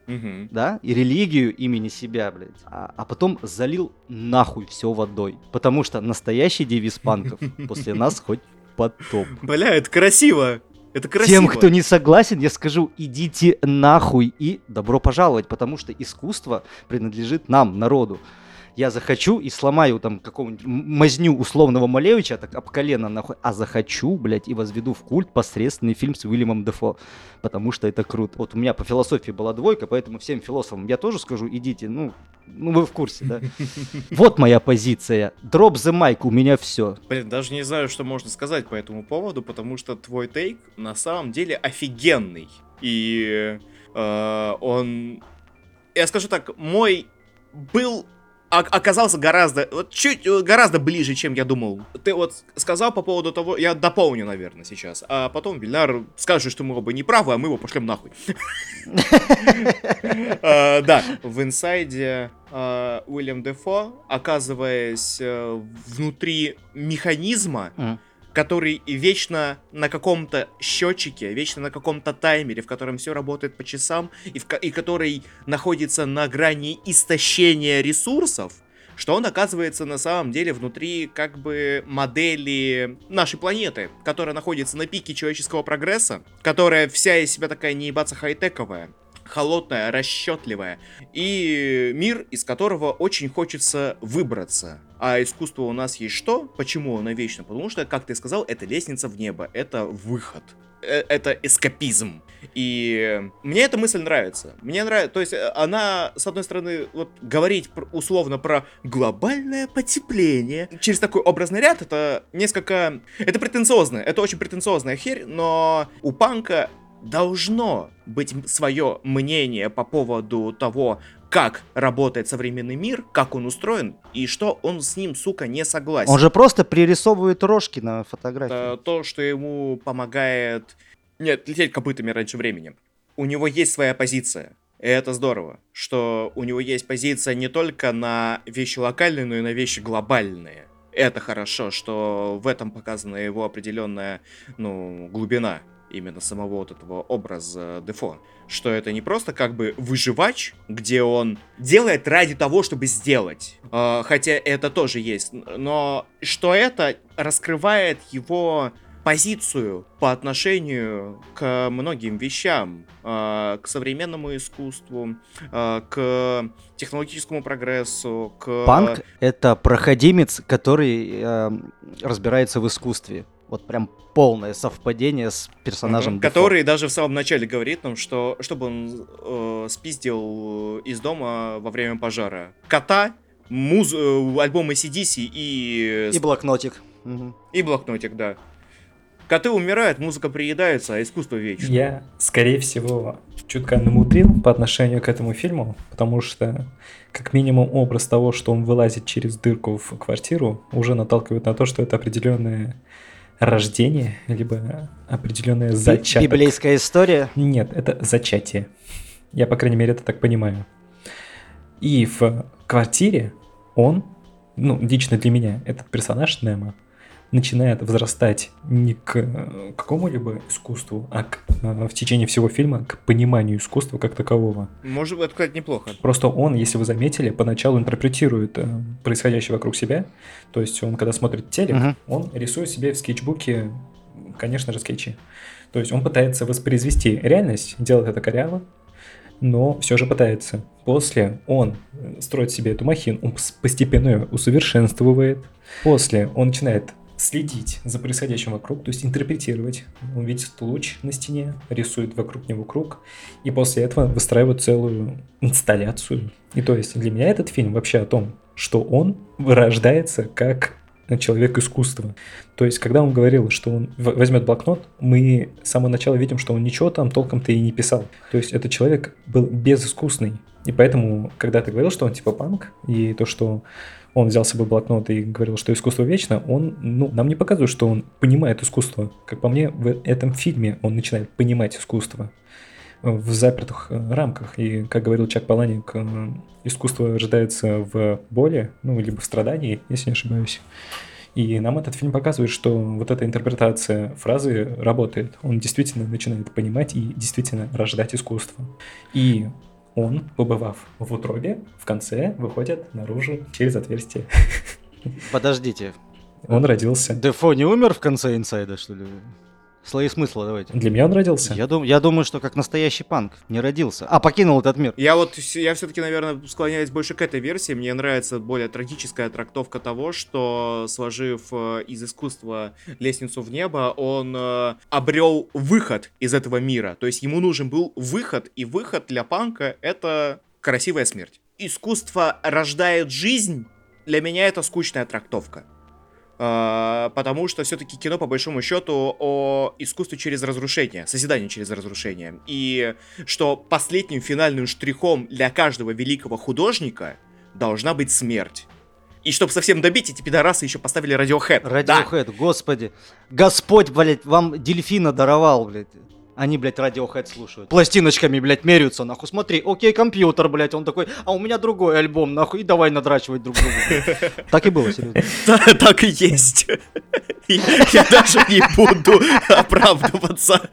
Мгм. да, и религию имени себя, блядь, а потом залил нахуй все водой. Потому что настоящий девиз панков после нас хоть потоп. Бля, это красиво. Это красиво. Тем, кто не согласен, я скажу, идите нахуй и добро пожаловать, потому что искусство принадлежит нам, народу. Я захочу и сломаю там какого-нибудь мазню условного Малевича так об колено нахуй, а захочу, блядь, и возведу в культ посредственный фильм с Уильямом Дефо, потому что это круто. Вот у меня по философии была 2, поэтому всем философам я тоже скажу, идите, ну вы в курсе, да? Вот моя позиция. Drop the mic, у меня все. Блин, даже не знаю, что можно сказать по этому поводу, потому что твой тейк на самом деле офигенный. И он... Я скажу так, мой был... оказался гораздо ближе, чем я думал. Ты вот сказал по поводу того, я дополню, наверное, сейчас, а потом Вильнар скажет, что мы оба не правы, а мы его пошлем нахуй. Да, в инсайде Уильям Дефо, оказываясь внутри механизма, который вечно на каком-то счетчике, вечно на каком-то таймере, в котором все работает по часам, и который находится на грани истощения ресурсов, что он оказывается на самом деле внутри как бы модели нашей планеты, которая находится на пике человеческого прогресса, которая вся из себя такая не ебаться хай-тековая, холодная, расчетливая, и мир, из которого очень хочется выбраться. А искусство у нас есть что? Почему оно вечно? Потому что, как ты сказал, это лестница в небо, это выход. Это эскапизм. И мне эта мысль нравится. Мне нравится, то есть она, с одной стороны, вот говорить условно про глобальное потепление через такой образный ряд, это несколько... Это претенциозно, это очень претенциозная херь, но у панка должно быть свое мнение по поводу того, как работает современный мир, как он устроен, и что он с ним, сука, не согласен. Он же просто пририсовывает рожки на фотографии. Это то, что ему помогает... Нет, лететь копытами раньше времени. У него есть своя позиция. И это здорово, что у него есть позиция не только на вещи локальные, но и на вещи глобальные. Это хорошо, что в этом показана его определенная, глубина именно самого вот этого образа Дефо. Что это не просто как бы выживач, где он делает ради того, чтобы сделать. Хотя это тоже есть. Но что это раскрывает его позицию по отношению к многим вещам, к современному искусству, к технологическому прогрессу, к... Панк — это проходимец, который разбирается в искусстве. Вот прям полное совпадение с персонажем Дефо. Который даже в самом начале говорит нам, что чтобы он спиздил из дома во время пожара кота, альбом AC/DC И блокнотик. и блокнотик, да. Коты умирают, музыка приедается, а искусство вечно. Я, скорее всего, чутка намудрил по отношению к этому фильму, потому что, как минимум, образ того, что он вылазит через дырку в квартиру, уже наталкивает на то, что это определенное рождение, либо определенное зачатие. Библейская история? Нет, это зачатие. Я, по крайней мере, это так понимаю. И в квартире он, лично для меня, этот персонаж Немо, начинает возрастать не к какому-либо искусству, а в течение всего фильма к пониманию искусства как такового. Может быть, это, кстати, неплохо. Просто он, если вы заметили, поначалу интерпретирует происходящее вокруг себя. То есть он, когда смотрит телек, он рисует себе в скетчбуке, конечно же, скетчи. То есть он пытается воспроизвести реальность, делает это коряво, но все же пытается. После он строит себе эту махину, он постепенно ее усовершенствует. После он начинает следить за происходящим вокруг, то есть интерпретировать. Он видит луч на стене, рисует вокруг него круг, и после этого выстраивает целую инсталляцию. И то есть для меня этот фильм вообще о том, что он вырождается как человек искусства. То есть когда он говорил, что он возьмет блокнот, мы с самого начала видим, что он ничего там толком-то и не писал. То есть этот человек был безыскусный. И поэтому, когда ты говорил, что он типа панк, и то, что он взял с собой блокнот и говорил, что искусство вечно, он, нам не показывает, что он понимает искусство. Как по мне, в этом фильме он начинает понимать искусство в запертых рамках. И, как говорил Чак Паланик, искусство рождается в боли, либо в страдании, если не ошибаюсь. И нам этот фильм показывает, что вот эта интерпретация фразы работает. Он действительно начинает понимать и действительно рождать искусство. И он, побывав в утробе, в конце выходит наружу через отверстие. Подождите, Он родился. Дефо не умер в конце Инсайда, что ли? Слои смысла давайте. Для меня он родился. Я думаю, что как настоящий панк не родился, а покинул этот мир. Я все-таки, наверное, склоняюсь больше к этой версии. Мне нравится более трагическая трактовка того, что, сложив из искусства лестницу в небо, он обрел выход из этого мира. То есть ему нужен был выход, и выход для панка — это красивая смерть. Искусство рождает жизнь. Для меня это скучная трактовка. Потому что все-таки кино, по большому счету, о искусстве через разрушение, созидание через разрушение. И что последним финальным штрихом для каждого великого художника должна быть смерть. И чтобы совсем добить, эти пидорасы еще поставили Radiohead. Radiohead, господи. Господь, блядь, вам дельфина даровал, блядь. Они, блядь, Radiohead слушают. Пластиночками, блядь, меряются, нахуй. Смотри, окей, компьютер, блядь. Он такой, а у меня другой альбом, нахуй. И давай надрачивать друг друга. Так и было, серьезно. Так и есть. Я даже не буду оправдываться.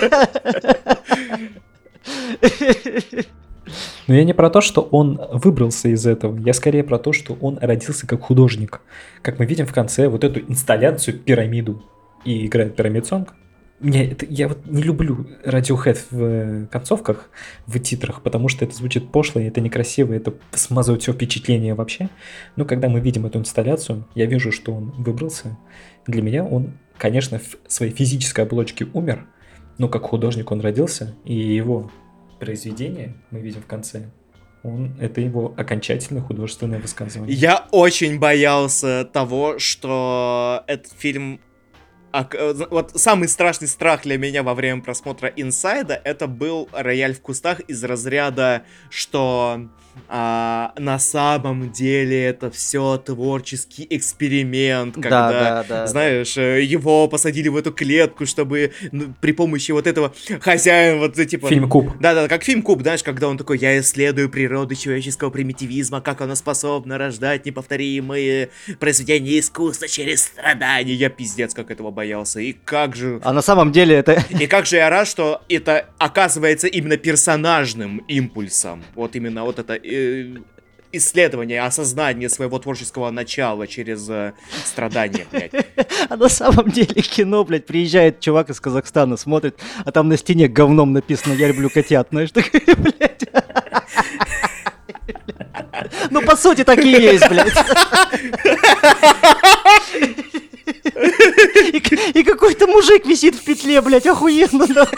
Но я не про то, что он выбрался из этого. Я скорее про то, что он родился как художник. Как мы видим в конце вот эту инсталляцию, пирамиду. И играет Pyramid Song. Я вот не люблю Radiohead в концовках, в титрах, потому что это звучит пошло, и это некрасиво, это смазывает все впечатление вообще. Но когда мы видим эту инсталляцию, я вижу, что он выбрался. Для меня он, конечно, в своей физической оболочке умер, но как художник он родился, и его произведение, мы видим в конце, это его окончательное художественное высказывание. Я очень боялся того, что этот фильм... Вот самый страшный страх для меня во время просмотра Инсайда — это был рояль в кустах из разряда, что на самом деле это все творческий эксперимент, когда, знаешь, его посадили в эту клетку, чтобы при помощи вот этого хозяина, вот типа... Фильм «Куб». Да, как фильм «Куб», знаешь, когда он такой: я исследую природу человеческого примитивизма, как оно способно рождать неповторимые произведения искусства через страдания. Я пиздец как этого боялся. И как же... А на самом деле это... И как же я рад, что это оказывается именно персонажным импульсом. Вот именно вот это исследование, осознание своего творческого начала через страдания, блядь. А на самом деле кино, блядь, приезжает чувак из Казахстана, смотрит, а там на стене говном написано «Я люблю котят», знаешь, такой, блядь. Ну, по сути, так и есть, блядь. И какой-то мужик висит в петле, блядь, охуенно, да.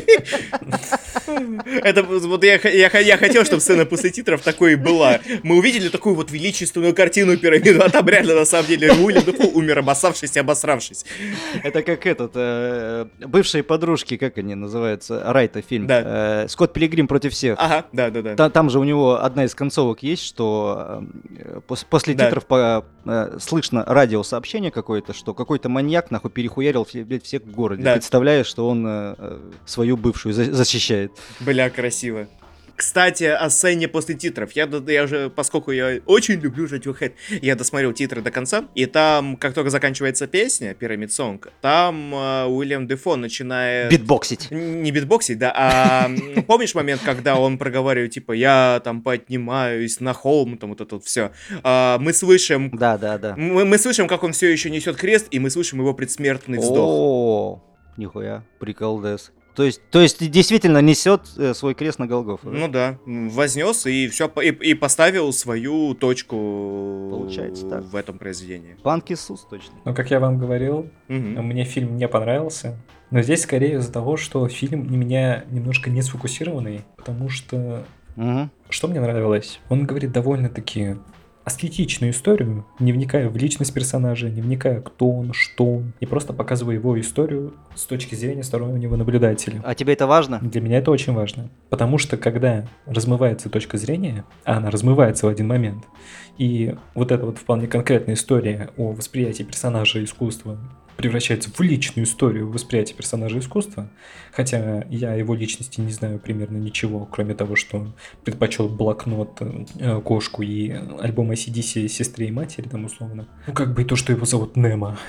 Это вот я хотел, чтобы сцена после титров такой и была. Мы увидели такую вот величественную картину пирамиду, а там реально на самом деле Уильям Дефо умер, обосравшись. Это как бывшие подружки, как они называются, Райта фильм. Да. Скотт Пилигрим против всех. Ага, да. Там же у него одна из концовок есть, что после титров слышно радиосообщение какое-то, что какой-то маньяк нахуй перехуярил всех в городе. Да. Представляешь, что он свою бывшую защищает. Бля, красиво. Кстати, о сцене после титров. Я уже, поскольку я очень люблю Radiohead, я досмотрел титры до конца, и там, как только заканчивается песня, Pyramid Song, там Уильям Дефо начинает... Битбоксить. Не битбоксить, да, а помнишь момент, когда он проговаривает, типа, я там поднимаюсь на холм, там вот это вот все. Мы слышим... Да. Мы слышим, как он все еще несет крест, и мы слышим его предсмертный вздох. О, нихуя, приколдес. То есть действительно несет свой крест на Голгофу. Ну да, вознес и все, и поставил свою точку. Получается так. В этом произведении. Панк Иисус, точно. Ну, как я вам говорил, мне фильм не понравился. Но здесь скорее из-за того, что фильм у меня немножко не сфокусированный, потому что... Что мне нравилось? Он говорит довольно-таки аскетичную историю, не вникая в личность персонажа, не вникая, кто он, что он, и просто показывая его историю с точки зрения стороннего наблюдателя. А тебе это важно? Для меня это очень важно, потому что когда размывается точка зрения, а она размывается в один момент, и вот эта вот вполне конкретная история о восприятии персонажа искусства превращается в личную историю восприятия персонажа искусства, хотя я о его личности не знаю примерно ничего, кроме того, что он предпочел блокнот, кошку и альбом AC/DC сестре и матери, там условно. Ну, как бы и то, что его зовут Немо.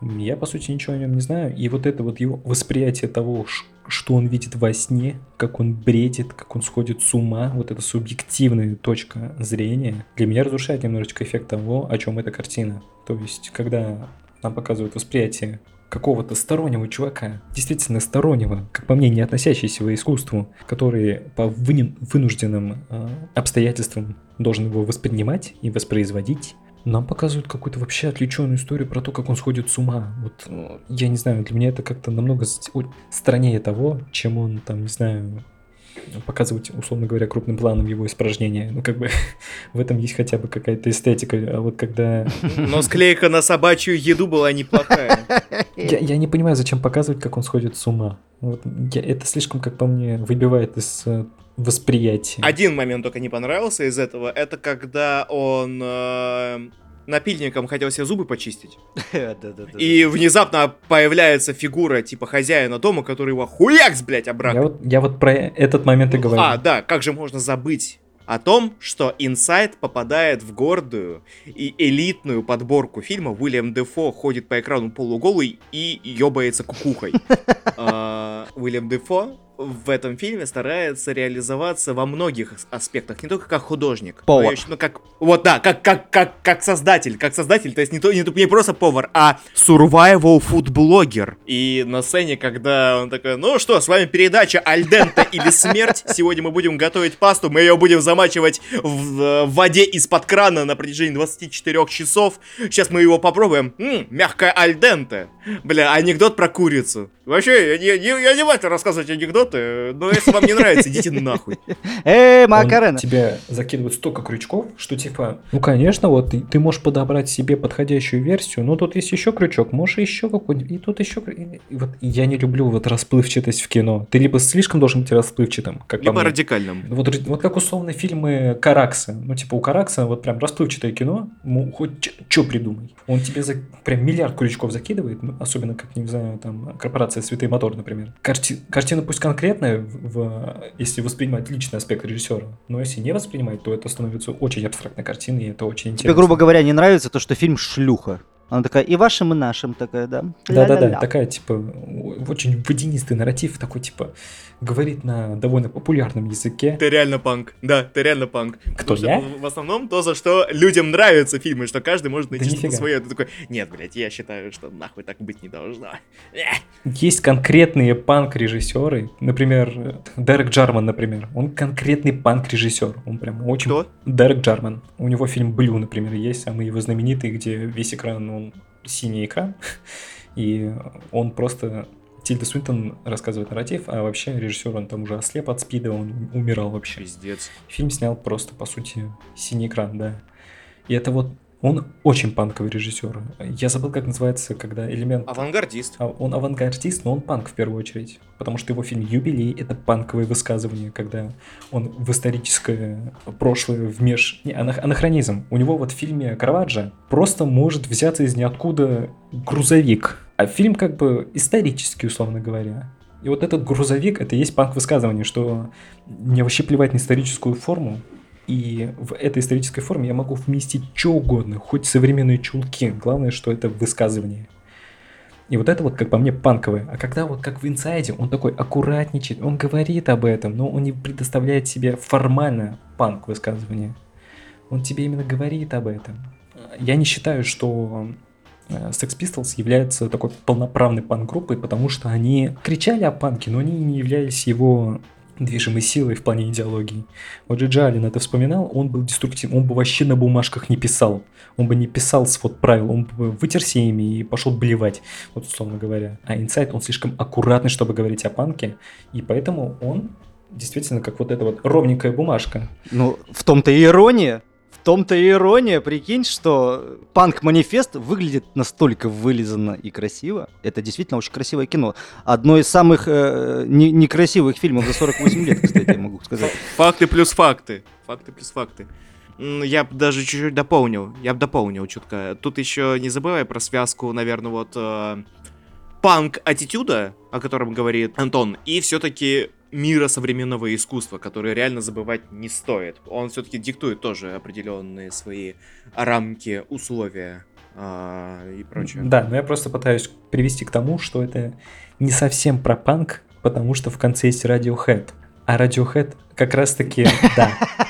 Я, по сути, ничего о нем не знаю. И вот это вот его восприятие того, что он видит во сне, как он бредит, как он сходит с ума, вот эта субъективная точка зрения, для меня разрушает немножечко эффект того, о чем эта картина. То есть, когда нам показывают восприятие какого-то стороннего чувака, действительно стороннего, как по мне, не относящегося к искусству, который по вынужденным обстоятельствам должен его воспринимать и воспроизводить, нам показывают какую-то вообще отвлеченную историю про то, как он сходит с ума. Вот, я не знаю, для меня это как-то намного страннее того, чем он там, не знаю, показывать, условно говоря, крупным планом его испражнения. Ну, как бы в этом есть хотя бы какая-то эстетика. А вот когда... Но склейка на собачью еду была неплохая. Я не понимаю, зачем показывать, как он сходит с ума. Вот, это слишком, как по мне, выбивает из восприятия. Один момент только не понравился из этого. Это когда он напильником хотел себе зубы почистить. И внезапно появляется фигура типа хозяина дома, который его хуякс, блядь, обратно. Я вот про этот момент и говорю. А, да, как же можно забыть о том, что Инсайд попадает в гордую и элитную подборку фильма. Уильям Дефо ходит по экрану полуголый и ёбается кукухой. Уильям Дефо в этом фильме старается реализоваться во многих аспектах, не только как художник, повар. Но как вот да, как создатель, то есть не просто повар, а survival food блогер. И на сцене, когда он такой: ну что, с вами передача аль денте или смерть. Сегодня мы будем готовить пасту, мы ее будем замачивать в воде из-под крана на протяжении 24 часов. Сейчас мы его попробуем. Мягкая аль денте. Бля, анекдот про курицу. Вообще, я не буду рассказывать анекдоты, но если вам не нравится, идите нахуй. Он Макарена. тебе закидывает столько крючков, что типа, ну конечно, вот ты можешь подобрать себе подходящую версию, но тут есть еще крючок, можешь еще какой-нибудь, и тут еще. И вот я не люблю вот расплывчатость в кино. Ты либо слишком должен быть расплывчатым, как либо по мне. радикальным. Вот как условно фильмы Каракса. Ну, типа у Каракса вот прям расплывчатое кино, хоть что придумай. Он тебе прям миллиард крючков закидывает, ну, особенно, как, не знаю, там, корпорация «Святый мотор», например. Картина пусть конкретная, если воспринимать личный аспект режиссера, но если не воспринимать, то это становится очень абстрактной картиной, и это очень интересно. Тебе, грубо говоря, не нравится то, что фильм «Шлюха». Она такая и вашим, и нашим, такая, да? Да-да-да, такая, типа, очень водянистый нарратив, такой, типа, говорит на довольно популярном языке. Ты реально панк. Да, ты реально панк. Кто, Потому что я? В основном то, за что людям нравятся фильмы, что каждый может найти Да что-то нифига. свое. Ты такой: нет, блядь, я считаю, что нахуй так быть не должно. Есть конкретные панк-режиссеры, например, Дерек Джарман, например. Он конкретный панк-режиссер. Он прям очень... Кто? Дерек Джарман. У него фильм «Блю», например, есть, самый его знаменитый, где весь экран, он синий экран, и он просто... Тильда Свинтон рассказывает нарратив, а вообще режиссер, он там уже ослеп от спида, он умирал вообще. Пиздец. Фильм снял просто, по сути, синий экран, да. И это вот... Он очень панковый режиссер. Я забыл, как называется, когда элемент... Авангардист. Он авангардист, но он панк в первую очередь. Потому что его фильм «Юбилей» — это панковые высказывания, когда он в историческое прошлое анахронизм. У него вот в фильме «Караваджо» просто может взяться из ниоткуда грузовик. А фильм как бы исторический, условно говоря. И вот этот грузовик — это и есть панк-высказывание, что мне вообще плевать на историческую форму. И в этой исторической форме я могу вместить что угодно, хоть современные чулки. Главное, что это высказывание. И вот это вот, как по мне, панковое. А когда вот как в «Инсайде», он такой аккуратничает, он говорит об этом, но он не предоставляет себе формально панк-высказывание. Он тебе именно говорит об этом. Я не считаю, что Sex Pistols является такой полноправной панк-группой, потому что они кричали о панке, но они не являлись его движимой силой в плане идеологии. Вот Джиджи Аллен это вспоминал, он был деструктивным, он бы вообще на бумажках не писал. Он бы не писал свод правил, он бы вытерся ими и пошел блевать, вот условно говоря. А Инсайд, он слишком аккуратный, чтобы говорить о панке, и поэтому он действительно как вот эта вот ровненькая бумажка. Ну, в том-то и ирония. В том-то и ирония, прикинь, что «Панк-манифест» выглядит настолько вылизанно и красиво. Это действительно очень красивое кино. Одно из самых некрасивых фильмов за 48 лет, кстати, я могу сказать. Факты плюс факты. Факты плюс факты. Я бы даже чуть-чуть дополнил. Я бы дополнил чутка. Тут еще не забывай про связку, наверное, вот панк-аттитюда, о котором говорит Антон, и все-таки мира современного искусства, который реально забывать не стоит. Он все-таки диктует тоже определенные свои рамки, условия. и прочее. Да, но я просто пытаюсь привести к тому, что это не совсем про панк, потому что в конце есть Radiohead. А Radiohead как раз-таки, да,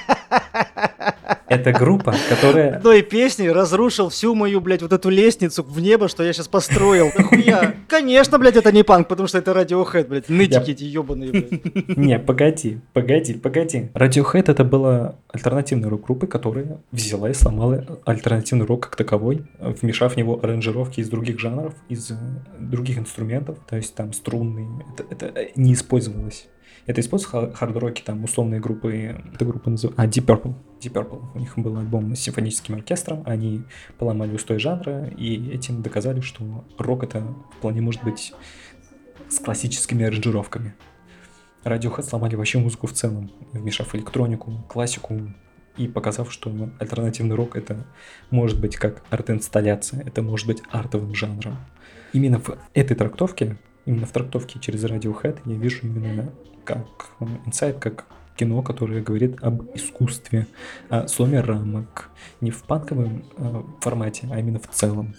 это группа, которая... Одной песней разрушил всю мою, блядь, вот эту лестницу в небо, что я сейчас построил. Нахуя? Конечно, блядь, это не панк, потому что это Radiohead, блядь. Нытики эти ебаные, блядь. Не, погоди. Radiohead это была альтернативная рок-группа, которая взяла и сломала альтернативный рок как таковой, вмешав в него аранжировки из других жанров, из других инструментов, то есть там струнные. Это не использовалось. Это используется хард-роки, там условные группы, эта группа называется... Deep Purple. Deep Purple. У них был альбом с симфоническим оркестром, они поломали устой жанра, и этим доказали, что рок это вполне может быть с классическими аранжировками. Radiohead сломали вообще музыку в целом, вмешав электронику, классику, и показав, что альтернативный рок это может быть как арт-инсталляция, это может быть артовым жанром. Именно в этой трактовке, именно в трактовке через Radiohead я вижу именно как инсайт, как кино, которое говорит об искусстве, о сломе рамок, не в панковом формате, а именно в целом.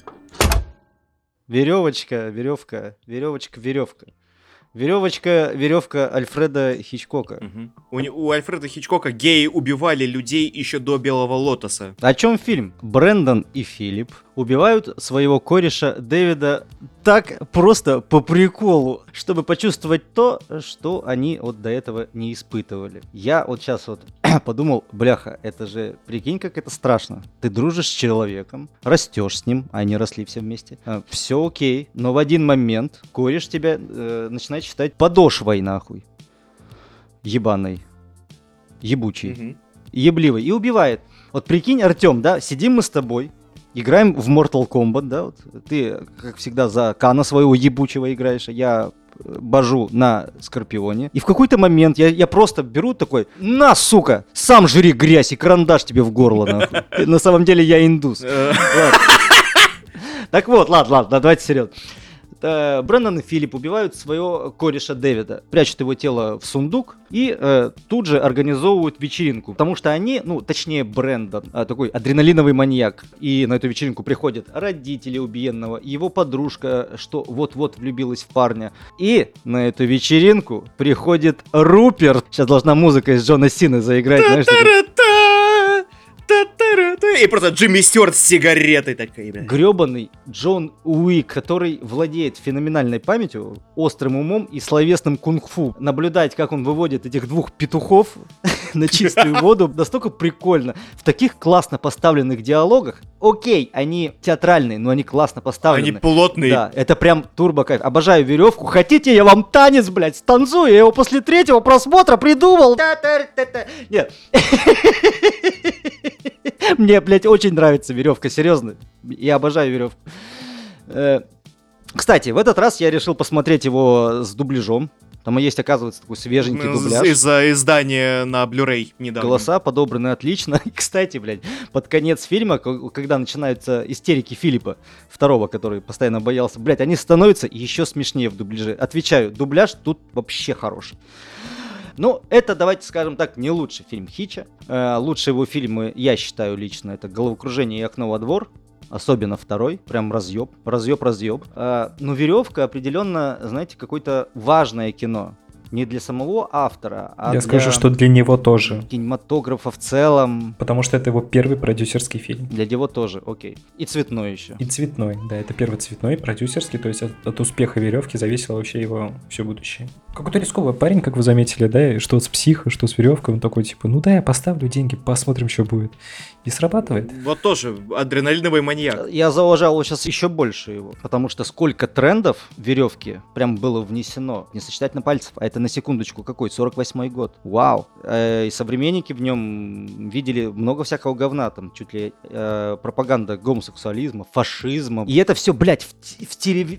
Веревочка, веревка, веревочка, веревка. Веревка Альфреда Хичкока. У Альфреда Хичкока геи убивали людей еще до Белого Лотоса. О чем фильм? Брэндон и Филипп убивают своего кореша Дэвида так просто по приколу, чтобы почувствовать то, что они вот до этого не испытывали. Я вот сейчас вот подумал, бляха, это же, прикинь, как это страшно. Ты дружишь с человеком, растешь с ним, они росли все вместе. Все окей, но в один момент кореш тебя начинает считать подошвой нахуй. Ебаной. Ебучей. Ебливой. И убивает. Вот прикинь, Артем, да, сидим мы с тобой, играем в Mortal Kombat, да, вот ты, как всегда, за Кана своего ебучего играешь, а я бажу на Скорпионе. И в какой-то момент я просто беру такой, на, сука, сам жри грязь и карандаш тебе в горло, нахуй. На самом деле я индус. Так вот, ладно, давайте серьезно. Брэндон и Филипп убивают своего кореша Дэвида, прячут его тело в сундук и тут же организовывают вечеринку, потому что они, точнее Брэндон, такой адреналиновый маньяк, и на эту вечеринку приходят родители убиенного, его подружка, что вот-вот влюбилась в парня, и на эту вечеринку приходит Руперт. Сейчас должна музыка из Джона Сины заиграть, знаешь, И просто Джимми Стюарт с сигаретой такой. гребаный Джон Уик, который владеет феноменальной памятью, острым умом и словесным кунг-фу. Наблюдать, как он выводит этих двух петухов на чистую воду, настолько прикольно. В таких классно поставленных диалогах, окей, они театральные, но они классно поставлены. Они плотные. Да, это прям турбо кайф. Обожаю веревку. Хотите, я вам танец, блядь, станцую? Я его после 3-го просмотра придумал. Нет. Мне, блядь, очень нравится веревка, серьезно. Я обожаю веревку. Кстати, в этот раз я решил посмотреть его с дубляжом. Там есть, оказывается, такой свеженький дубляж. Из-за издания на Blu-ray недавно. Голоса подобраны отлично. И, кстати, блядь, под конец фильма, когда начинаются истерики Филиппа, второго, который постоянно боялся, блядь, они становятся еще смешнее в дубляже. Отвечаю, дубляж тут вообще хороший. Ну, это, давайте скажем так, не лучший фильм Хича. Лучшие его фильмы, я считаю лично, это «Головокружение» и «Окно во двор». Особенно второй, прям разъеб. Но «Веревка» определенно, знаете, какое-то важное кино. Не для самого автора, а я скажу, что для него тоже. Кинематографа в целом. Потому что это его первый продюсерский фильм. Для него тоже, окей. И цветной еще. И цветной, да, это первый цветной, продюсерский, то есть от успеха «Веревки» зависело вообще его все будущее. Какой-то рисковый парень, как вы заметили, да, что с «Психо», что с «Веревкой», он такой, типа, ну да, я поставлю деньги, посмотрим, что будет. И срабатывает. Вот тоже адреналиновый маньяк. Я зауважал сейчас еще больше его, потому что сколько трендов «Веревки» прям было внесено, не сосчитать на пальцев, а это на секундочку какой, 48-й год. Вау. И современники в нем видели много всякого говна, там чуть ли пропаганда гомосексуализма, фашизма. И это все, блядь, в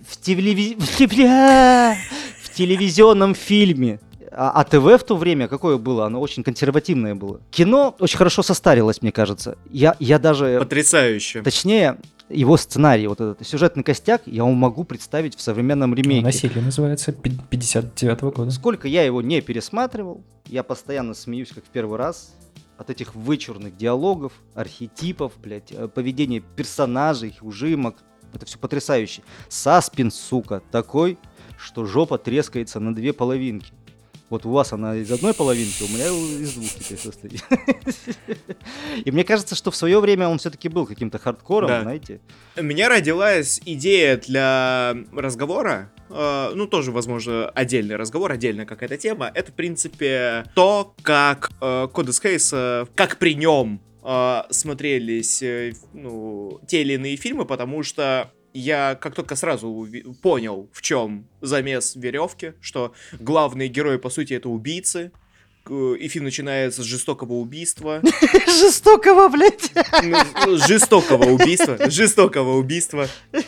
телевизионном фильме. А ТВ в то время какое было? Оно очень консервативное было. Кино очень хорошо состарилось, мне кажется. Я даже... Потрясающе. Точнее, его сценарий, вот этот сюжетный костяк, я его могу представить в современном ремейке. «Насилие» называется, 59-го года. Сколько я его не пересматривал, я постоянно смеюсь, как в первый раз. от этих вычурных диалогов, архетипов, блядь, поведения персонажей, их ужимок. Это все потрясающе. Саспенс, сука, такой, что жопа трескается на две половинки. Вот у вас она из одной половинки, у меня из двух теперь состоит. И мне кажется, что в свое время он все-таки был каким-то хардкором, Да. знаете. У меня родилась идея для разговора, ну, тоже, возможно, отдельный разговор, отдельная какая-то тема. Это, в принципе, то, как Кодекс Хейса, как при нем смотрелись ну, те или иные фильмы, потому что я как только сразу понял, в чем замес веревки, что главные герои, по сути, это убийцы, и фильм начинается с жестокого убийства. Жестокого, блядь. Жестокого убийства.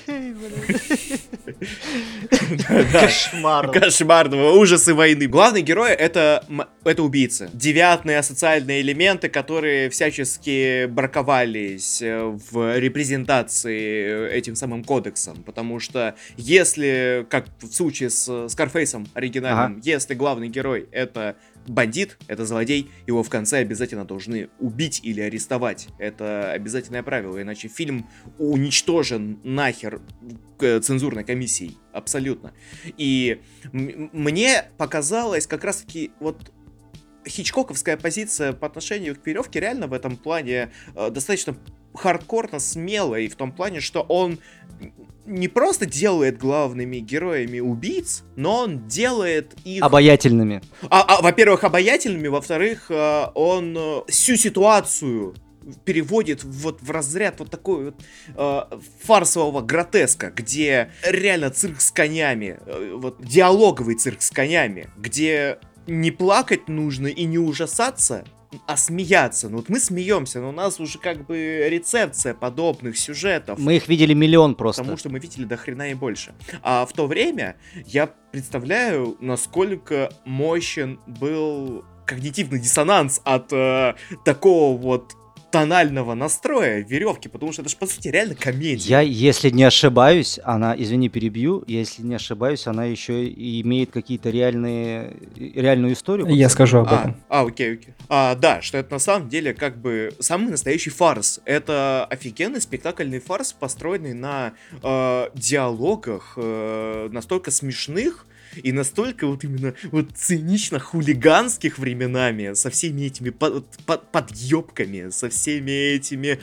Кошмар. Кошмарного, ужасы войны. Главный герой это убийцы. Девиантные асоциальные элементы, которые всячески браковались в репрезентации этим самым кодексом. Потому что если, как в случае с Скарфейсом оригинальным, если главный герой это бандит, это злодей, его в конце обязательно должны убить или арестовать. Это обязательное правило, иначе фильм уничтожен нахер цензурной комиссией. Абсолютно. И мне показалось как раз-таки вот хичкоковская позиция по отношению к веревке реально в этом плане достаточно хардкорно смелая, и в том плане, что он не просто делает главными героями убийц, но он делает их... Обаятельными. Во-первых, обаятельными, во-вторых, он всю ситуацию переводит вот в разряд вот такой вот фарсового гротеска, где реально цирк с конями, вот диалоговый цирк с конями, где не плакать нужно и не ужасаться, а смеяться. Ну вот мы смеемся, но у нас уже как бы рецепция подобных сюжетов. Мы их видели миллион просто. Потому что мы видели до хрена и больше. А в то время я представляю, насколько мощен был когнитивный диссонанс от такого вот тонального настроя веревки, потому что это же, по сути, реально комедия. Я, если не ошибаюсь, она, извини, перебью, если не ошибаюсь, она еще и имеет какие-то реальную историю. Я скажу об этом. Окей. Да, что это на самом деле как бы самый настоящий фарс. Это офигенный спектакльный фарс, построенный на диалогах настолько смешных, и настолько вот именно вот цинично-хулиганских временами, со всеми этими подъебками, со всеми этими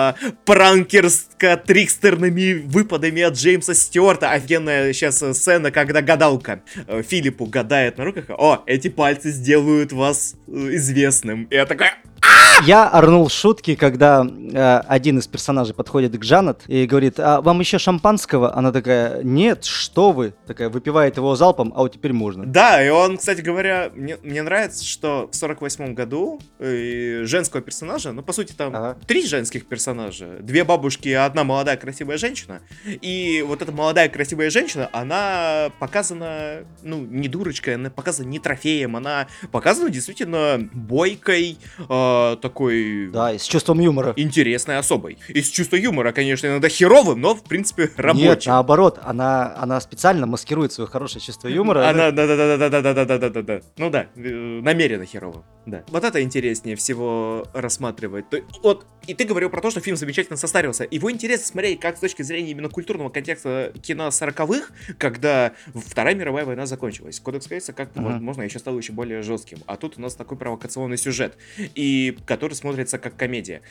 пранкерско-трикстерными выпадами от Джеймса Стюарта. Офигенная сейчас сцена, когда гадалка Филиппу гадает на руках: «О, эти пальцы сделают вас известным». И я такой... Я орнул шутки, когда один из персонажей подходит к Джанет и говорит: а вам еще шампанского? Она такая: нет, что вы? Такая выпивает его залпом, а вот теперь можно. Да, и он, кстати говоря, мне нравится, что в 48-м году женского персонажа, ну, по сути, там 3 женских персонажа, 2 бабушки и 1 молодая красивая женщина. И вот эта молодая красивая женщина, она показана, ну, не дурочкой, она показана не трофеем, она показана действительно бойкой, такой... Да, и с чувством юмора. Интересной особой. И с чувством юмора, конечно, иногда херовым, но, в принципе, рабочим. Нет, наоборот, она специально маскирует свое хорошее чувство юмора. Она, да. Ну да, намеренно херовым. Да. Вот это интереснее всего рассматривать. Вот, и ты говорил про то, что фильм замечательно состарился. Его интересно смотреть как с точки зрения именно культурного контекста кино 40-х, когда Вторая мировая война закончилась. Кодекс Хейса как-то, возможно, еще стал еще более жестким. А тут у нас такой провокационный сюжет, и который смотрится как комедия.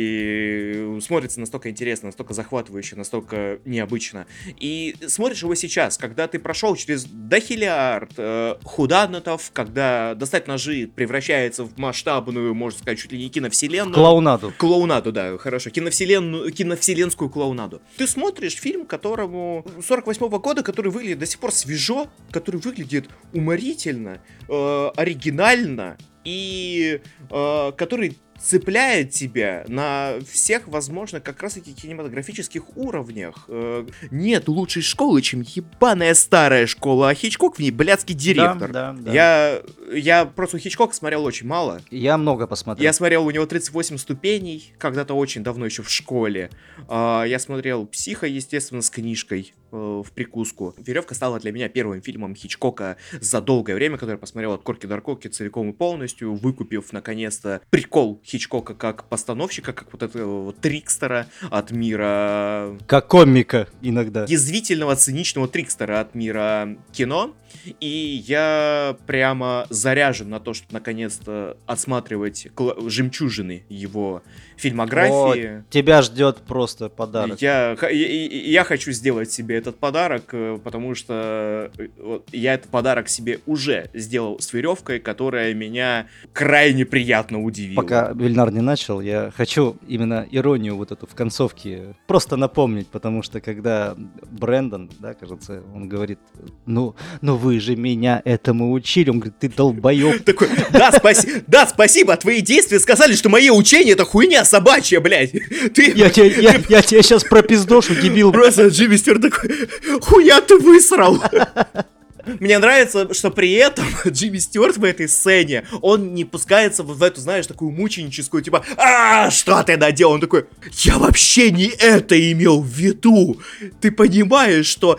И смотрится настолько интересно, настолько захватывающе, настолько необычно. И смотришь его сейчас, когда ты прошел через дохиллиард худанутов, когда достать ножи превращается в масштабную, можно сказать, чуть ли не киновселенную. Клоунаду. Клоунаду, да, хорошо. Киновселенскую клоунаду. Ты смотришь фильм, которому 48-го года, который выглядит до сих пор свежо, который выглядит уморительно, оригинально, и который цепляет тебя на всех возможных как раз-таки кинематографических уровнях. Нет лучшей школы, чем ебаная старая школа, а Хичкок в ней блядский директор. Да. Я просто Хичкока смотрел очень мало. Я много посмотрел. Я смотрел у него 38 ступеней, когда-то очень давно еще в школе. Я смотрел «Психа», естественно, с книжкой. в прикуску. «Веревка» стала для меня первым фильмом Хичкока за долгое время, который я посмотрел от корки до корки целиком и полностью, выкупив, наконец-то, прикол Хичкока как постановщика, как вот этого вот трикстера от мира... Как комика иногда. Язвительного, циничного трикстера от мира кино. И я прямо заряжен на то, чтобы наконец-то осматривать жемчужины его фильмографии. Тебя ждет просто подарок. Я хочу сделать себе этот подарок, потому что я этот подарок себе уже сделал с «Веревкой», которая меня крайне приятно удивила. Пока Вильнар не начал, я хочу именно иронию вот эту в концовке просто напомнить, потому что когда Брэндон, да, кажется, он говорит, ну вы же меня этому учили, он говорит, ты долбоёб. Такой, да, спасибо, твои действия сказали, что мои учения это хуйня собачья, блядь. Я тебе сейчас пропиздошу, дебил. Просто Джимми Стюарт такой, хуя ты высрал. Мне нравится, что при этом Джимми Стюарт в этой сцене, он не пускается в эту, знаешь, такую мученическую, типа, что ты наделал? Он такой, я вообще не это имел в виду. Ты понимаешь, что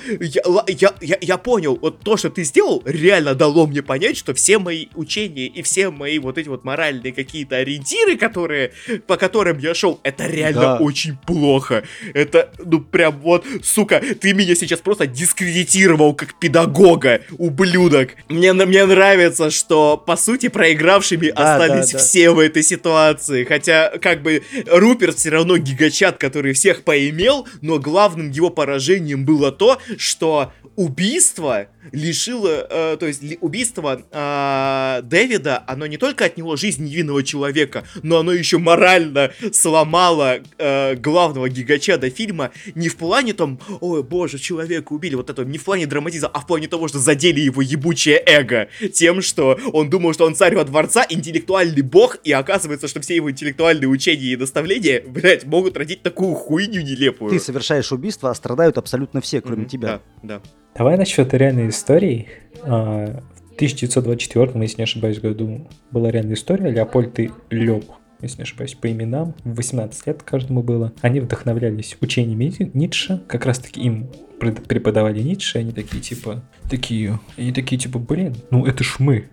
я понял, вот то, что ты сделал, реально дало мне понять, что все мои учения и все мои вот эти вот моральные какие-то ориентиры, по которым я шел, это реально очень плохо. Это, прям вот, сука, ты меня сейчас просто дискредитировал как педагога. Ублюдок. Мне нравится, что, по сути, проигравшими остались все в этой ситуации. Хотя, как бы, Руперт все равно гигачат, который всех поимел, но главным его поражением было то, что убийство лишило, убийство Дэвида, оно не только отняло жизнь невинного человека, но оно еще морально сломало главного гигачада фильма не в плане там, ой, боже, человека убили, вот это, не в плане драматизма, а в плане того, что задели его ебучее эго тем, что он думал, что он царь во дворца, интеллектуальный бог, и оказывается, что все его интеллектуальные учения и наставления, блять, могут родить такую хуйню нелепую. Ты совершаешь убийство, а страдают абсолютно все, кроме тебя. Да. Давай насчет реальной истории. В 1924, если не ошибаюсь, году была реальная история. Леопольд и Лёб, если не ошибаюсь, по именам, в 18 лет каждому было. Они вдохновлялись учениями Ницше, как раз таки им преподавали Ницше, они такие типа, блин, ну это ж мы.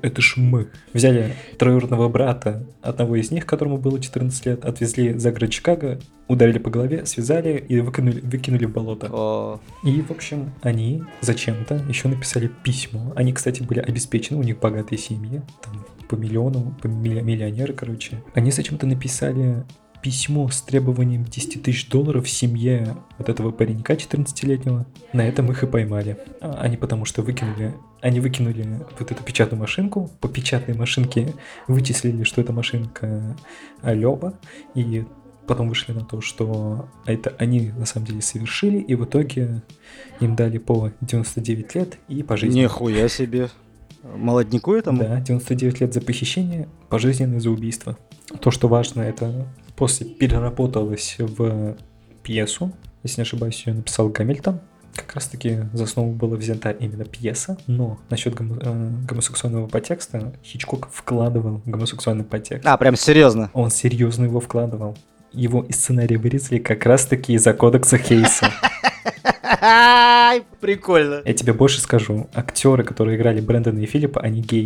Взяли троюродного брата одного из них, которому было 14 лет, отвезли за город Чикаго, ударили по голове, связали и выкинули в болото. И, в общем, они зачем-то еще написали письмо. Они, кстати, были обеспечены, у них богатые семьи, там, по миллионеры, короче. Они зачем-то написали письмо с требованием $10 тысяч семье вот этого паренька 14-летнего. На этом их и поймали. Они потому что выкинули вот эту печатную машинку. По печатной машинке вычислили, что это машинка Лёба. И потом вышли на то, что это они на самом деле совершили. И в итоге им дали по 99 лет и пожизненно. Нихуя себе. Молодняку этому? Да, 99 лет за похищение, пожизненно за убийство. То, что важно, это после переработалось в пьесу. Если не ошибаюсь, ее написал Гамильтон. Как раз таки за основу была взята именно пьеса, но насчет гомосексуального подтекста Хичкок вкладывал гомосексуальный подтекст. Прям серьезно? Он серьезно его вкладывал. Его из сценария вырезали как раз таки из-за кодекса Хейса. Прикольно. Я тебе больше скажу. Актеры, которые играли Брэндона и Филиппа, они геи.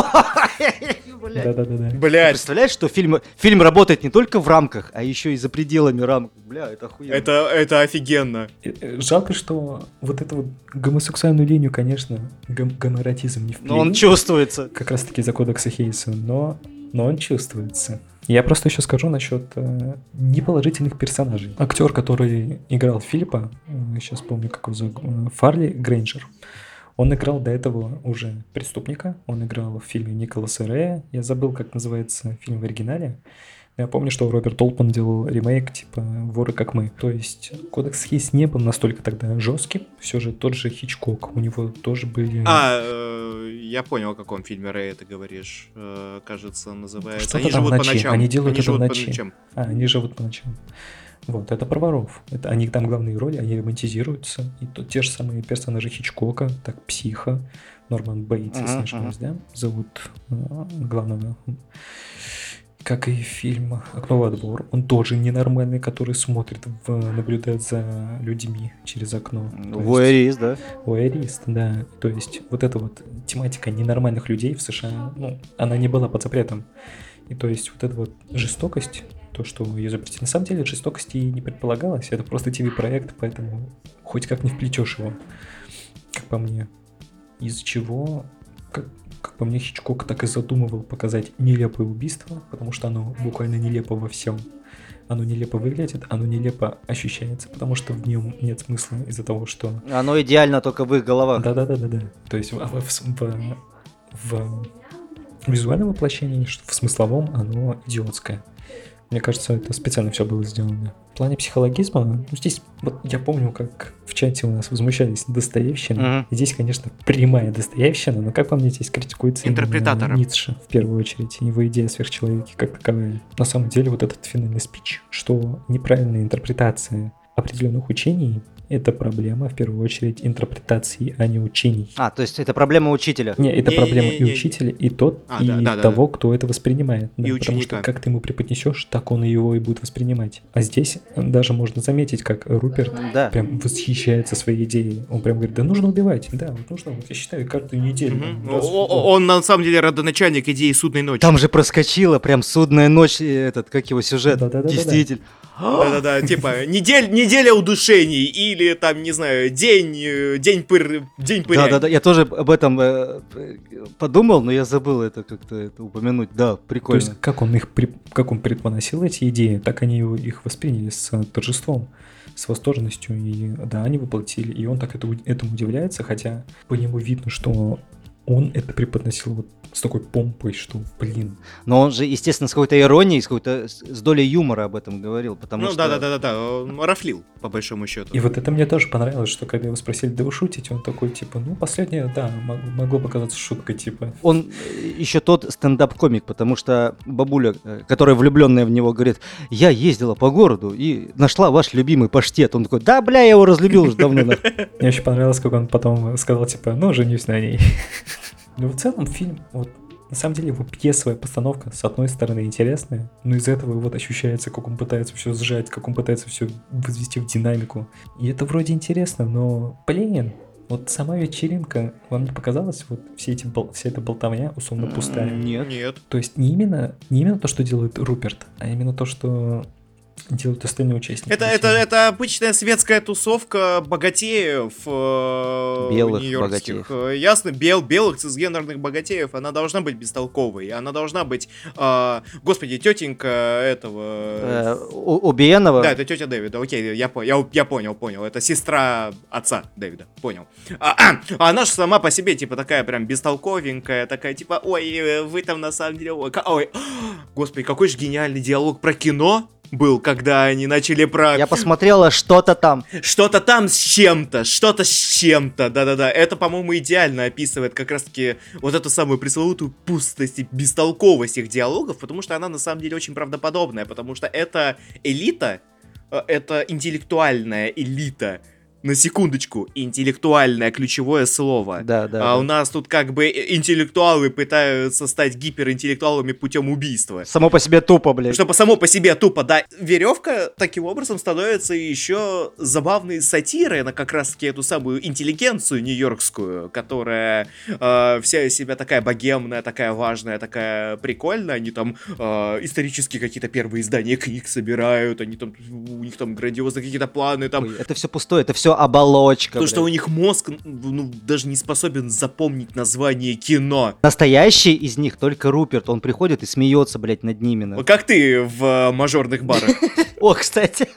Да. Блядь. Представляешь, что фильм работает не только в рамках, а еще и за пределами рамок. Бля, это охуенно. Это офигенно. Жалко, что вот эту вот гомосексуальную линию, конечно, гоморотизм не вплели. Но он чувствуется. Как раз таки за кодекса Хейса, но он чувствуется. Я просто еще скажу насчет неположительных персонажей. Актер, который играл Филиппа, сейчас помню, как его зовут, Фарли Грейнджер. Он играл до этого уже преступника. Он играл в фильме Николаса Рэя. Я забыл, как называется фильм в оригинале. Я помню, что Роберт Олтман делал ремейк типа «Воры как мы». То есть кодекс Хейс не был настолько тогда жестким. Все же тот же Хичкок. У него тоже были... Я понял, о каком фильме Рэя ты говоришь. Кажется, называется... Что-то Они там живут в ночи. по ночам. Они делают это в по ночи. ночам. Они живут по ночам. Вот, это про воров. Это они там главные роли, они романтизируются. И то те же самые персонажи Хичкока, так Психа, Норман Бейтс, если не ошибаюсь, да, зовут главного. как и фильм «Окно во двор», он тоже ненормальный, который смотрит, наблюдает за людьми через окно. То есть- Вуэрист, да? Voyeurism, да. То есть вот эта вот тематика ненормальных людей в США, ну, она не была под запретом. И то есть вот эта вот жестокость, то, что ее запретили. На самом деле жестокости и не предполагалось. Это просто ТВ-проект, поэтому хоть как не вплетешь его, как по мне. Из-за чего, как по мне, Хичкок так и задумывал показать нелепое убийство, потому что оно буквально нелепо во всем. Оно нелепо выглядит, оно нелепо ощущается, потому что в нем нет смысла из-за того, что... Оно идеально только в их головах. Да-да-да-да-да. То есть в визуальном воплощении, в смысловом, оно идиотское. Мне кажется, это специально все было сделано. В плане психологизма, ну, здесь, вот я помню, как в чате у нас возмущались Достоевщиной. Мгм. Здесь, конечно, прямая Достоевщина, но, как по мне, здесь критикуется именно Интерпретатором. Ницше, в первую очередь, его идея о сверхчеловеке как таковая. На самом деле, вот этот финальный спич, что неправильная интерпретация определенных учений — это проблема, в первую очередь, интерпретации, а не учений. А, то есть это проблема учителя. Не, это проблема и Не-не-не-не. учителя, и того, кто это воспринимает. Да, И потому ученика. что как ты ему преподнесешь, так он его и будет воспринимать. А здесь даже можно заметить, как Руперт Да. прям восхищается своей идеей. Он прям говорит, да нужно убивать. Да, вот нужно, вот я считаю, каждую неделю. Мгм. там, раз в год». Он на самом деле родоначальник идеи судной ночи. Там же проскочила прям судная ночь, как его сюжет. Да-да-да-да-да. Действительно. Да-да-да, типа неделя удушений или там, не знаю, день пыря. Да-да-да, я тоже об этом подумал, но я забыл это как-то упомянуть. Да, То прикольно. есть как он преподносил эти идеи, так они их восприняли с торжеством, с восторженностью, и да, они воплотили, и он так этому удивляется, хотя по нему видно, что он это преподносил вот с такой помпой, что, блин. Но он же, естественно, с какой-то иронией, с долей юмора об этом говорил, потому Ну что... да, он рафлил, по большому счету. И вот это мне тоже понравилось, что когда его спросили, да вы шутите, он такой, типа, ну, последнее, да, могло показаться шуткой, типа. Он еще тот стендап-комик, потому что бабуля, которая влюбленная в него, говорит, я ездила по городу и нашла ваш любимый паштет. Он такой, да, бля, я его разлюбил уже давно. Мне очень понравилось, как он потом сказал, типа, ну, женюсь на ней. Ну, в целом фильм, вот, на самом деле, его пьесовая постановка, с одной стороны, интересная, но из-за этого вот ощущается, как он пытается все сжать, как он пытается все возвести в динамику. И это вроде интересно, но, блин, вот сама вечеринка, вам не показалось, вот вся эта болтовня условно пустая? Нет. То есть не именно то, что делает Руперт, а именно то, что делают остальные участники. Это обычная светская тусовка богатеев Белых нью-йоркских. богатеев. Ясно, белых цисгендерных богатеев. Она должна быть бестолковой. Она должна быть, господи, тетенька этого... Убиенного? Да, это тетя Дэвида. Окей, я понял. Это сестра отца Дэвида. Понял. А она же сама по себе, типа, такая прям бестолковенькая, такая, типа, ой, вы там на самом деле... Ой, господи, какой же гениальный диалог про кино был, когда они начали про... Я посмотрела что-то там. Что-то там с чем-то, да-да-да. Это, по-моему, идеально описывает как раз-таки вот эту самую пресловутую пустость и бестолковость их диалогов, потому что она на самом деле очень правдоподобная, потому что это элита, это интеллектуальная элита. На секундочку, интеллектуальное ключевое слово. Да. У нас тут как бы интеллектуалы пытаются стать гиперинтеллектуалами путем убийства. Само по себе тупо, блядь. Что само по себе тупо, да. Веревка таким образом становится еще забавной сатирой на как раз-таки эту самую интеллигенцию нью-йоркскую, которая вся из себя такая богемная, такая важная, такая прикольная. Они там исторические какие-то первые издания книг собирают, они там, у них там грандиозные какие-то планы, там. Ой, это все пустое, это все оболочка. То, что у них мозг, ну, даже не способен запомнить название кино. Настоящий из них только Руперт. Он приходит и смеется, блядь, над ними. Как ты в мажорных барах? О, кстати.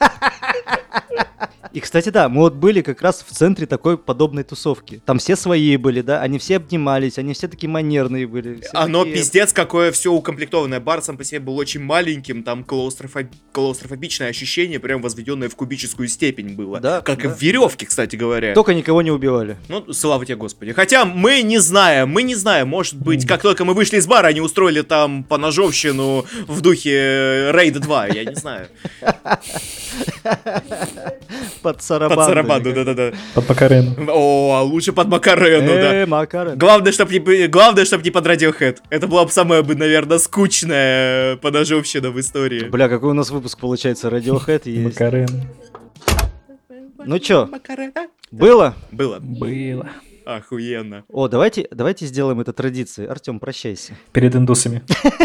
И, кстати, да, мы вот были как раз в центре такой подобной тусовки. Там все свои были, да, они все обнимались, они все такие манерные были. Оно такие... пиздец какое все укомплектованное. Бар сам по себе был очень маленьким, там клаустрофобичное ощущение, прям возведенное в кубическую степень было. Да, как да. и в веревке, кстати говоря. Только никого не убивали. Ну, слава тебе, Господи. Хотя мы не знаем, может быть, как только мы вышли из бара, они устроили там поножовщину в духе Рейда 2, я не знаю. Под Под Сарабанду, да-да-да. Под Макарену. О, лучше под Макарену, да. Макарен. Главное, чтоб не под Radiohead. Это была бы самая, наверное, скучная поножовщина в истории. Бля, какой у нас выпуск получается, Radiohead есть. Макарен. Ну чё, Макарена? было? Было. Было. Охуенно. О, давайте сделаем это традицией. Артём, прощайся. Перед индусами.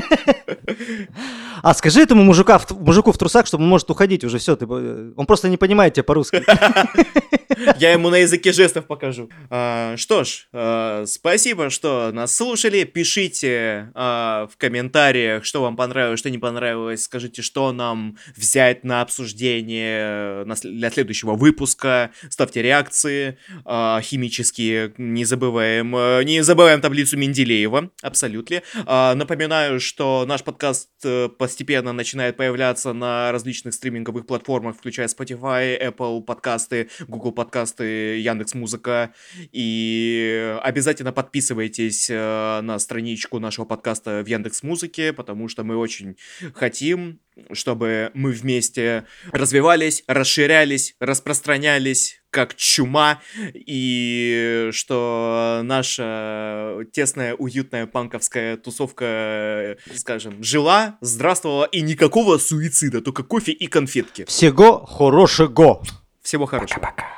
А скажи этому мужику в трусах, что он может уходить уже, все, он просто не понимает тебя по-русски. Я ему на языке жестов покажу. Что ж, спасибо, что нас слушали. Пишите в комментариях, что вам понравилось, что не понравилось. Скажите, что нам взять на обсуждение для следующего выпуска. Ставьте реакции химические. Не забываем таблицу Менделеева. Абсолютно. Напоминаю, что наш подкаст постепенно начинает появляться на различных стриминговых платформах, включая Spotify, Apple подкасты, Google подкасты, Яндекс.Музыка. И обязательно подписывайтесь на страничку нашего подкаста в Яндекс.Музыке, потому что мы очень хотим, чтобы мы вместе развивались, расширялись, распространялись как чума, и что наша тесная, уютная панковская тусовка, скажем, жила, здравствовала, и никакого суицида, только кофе и конфетки. Всего хорошего. Всего хорошего. Пока-пока.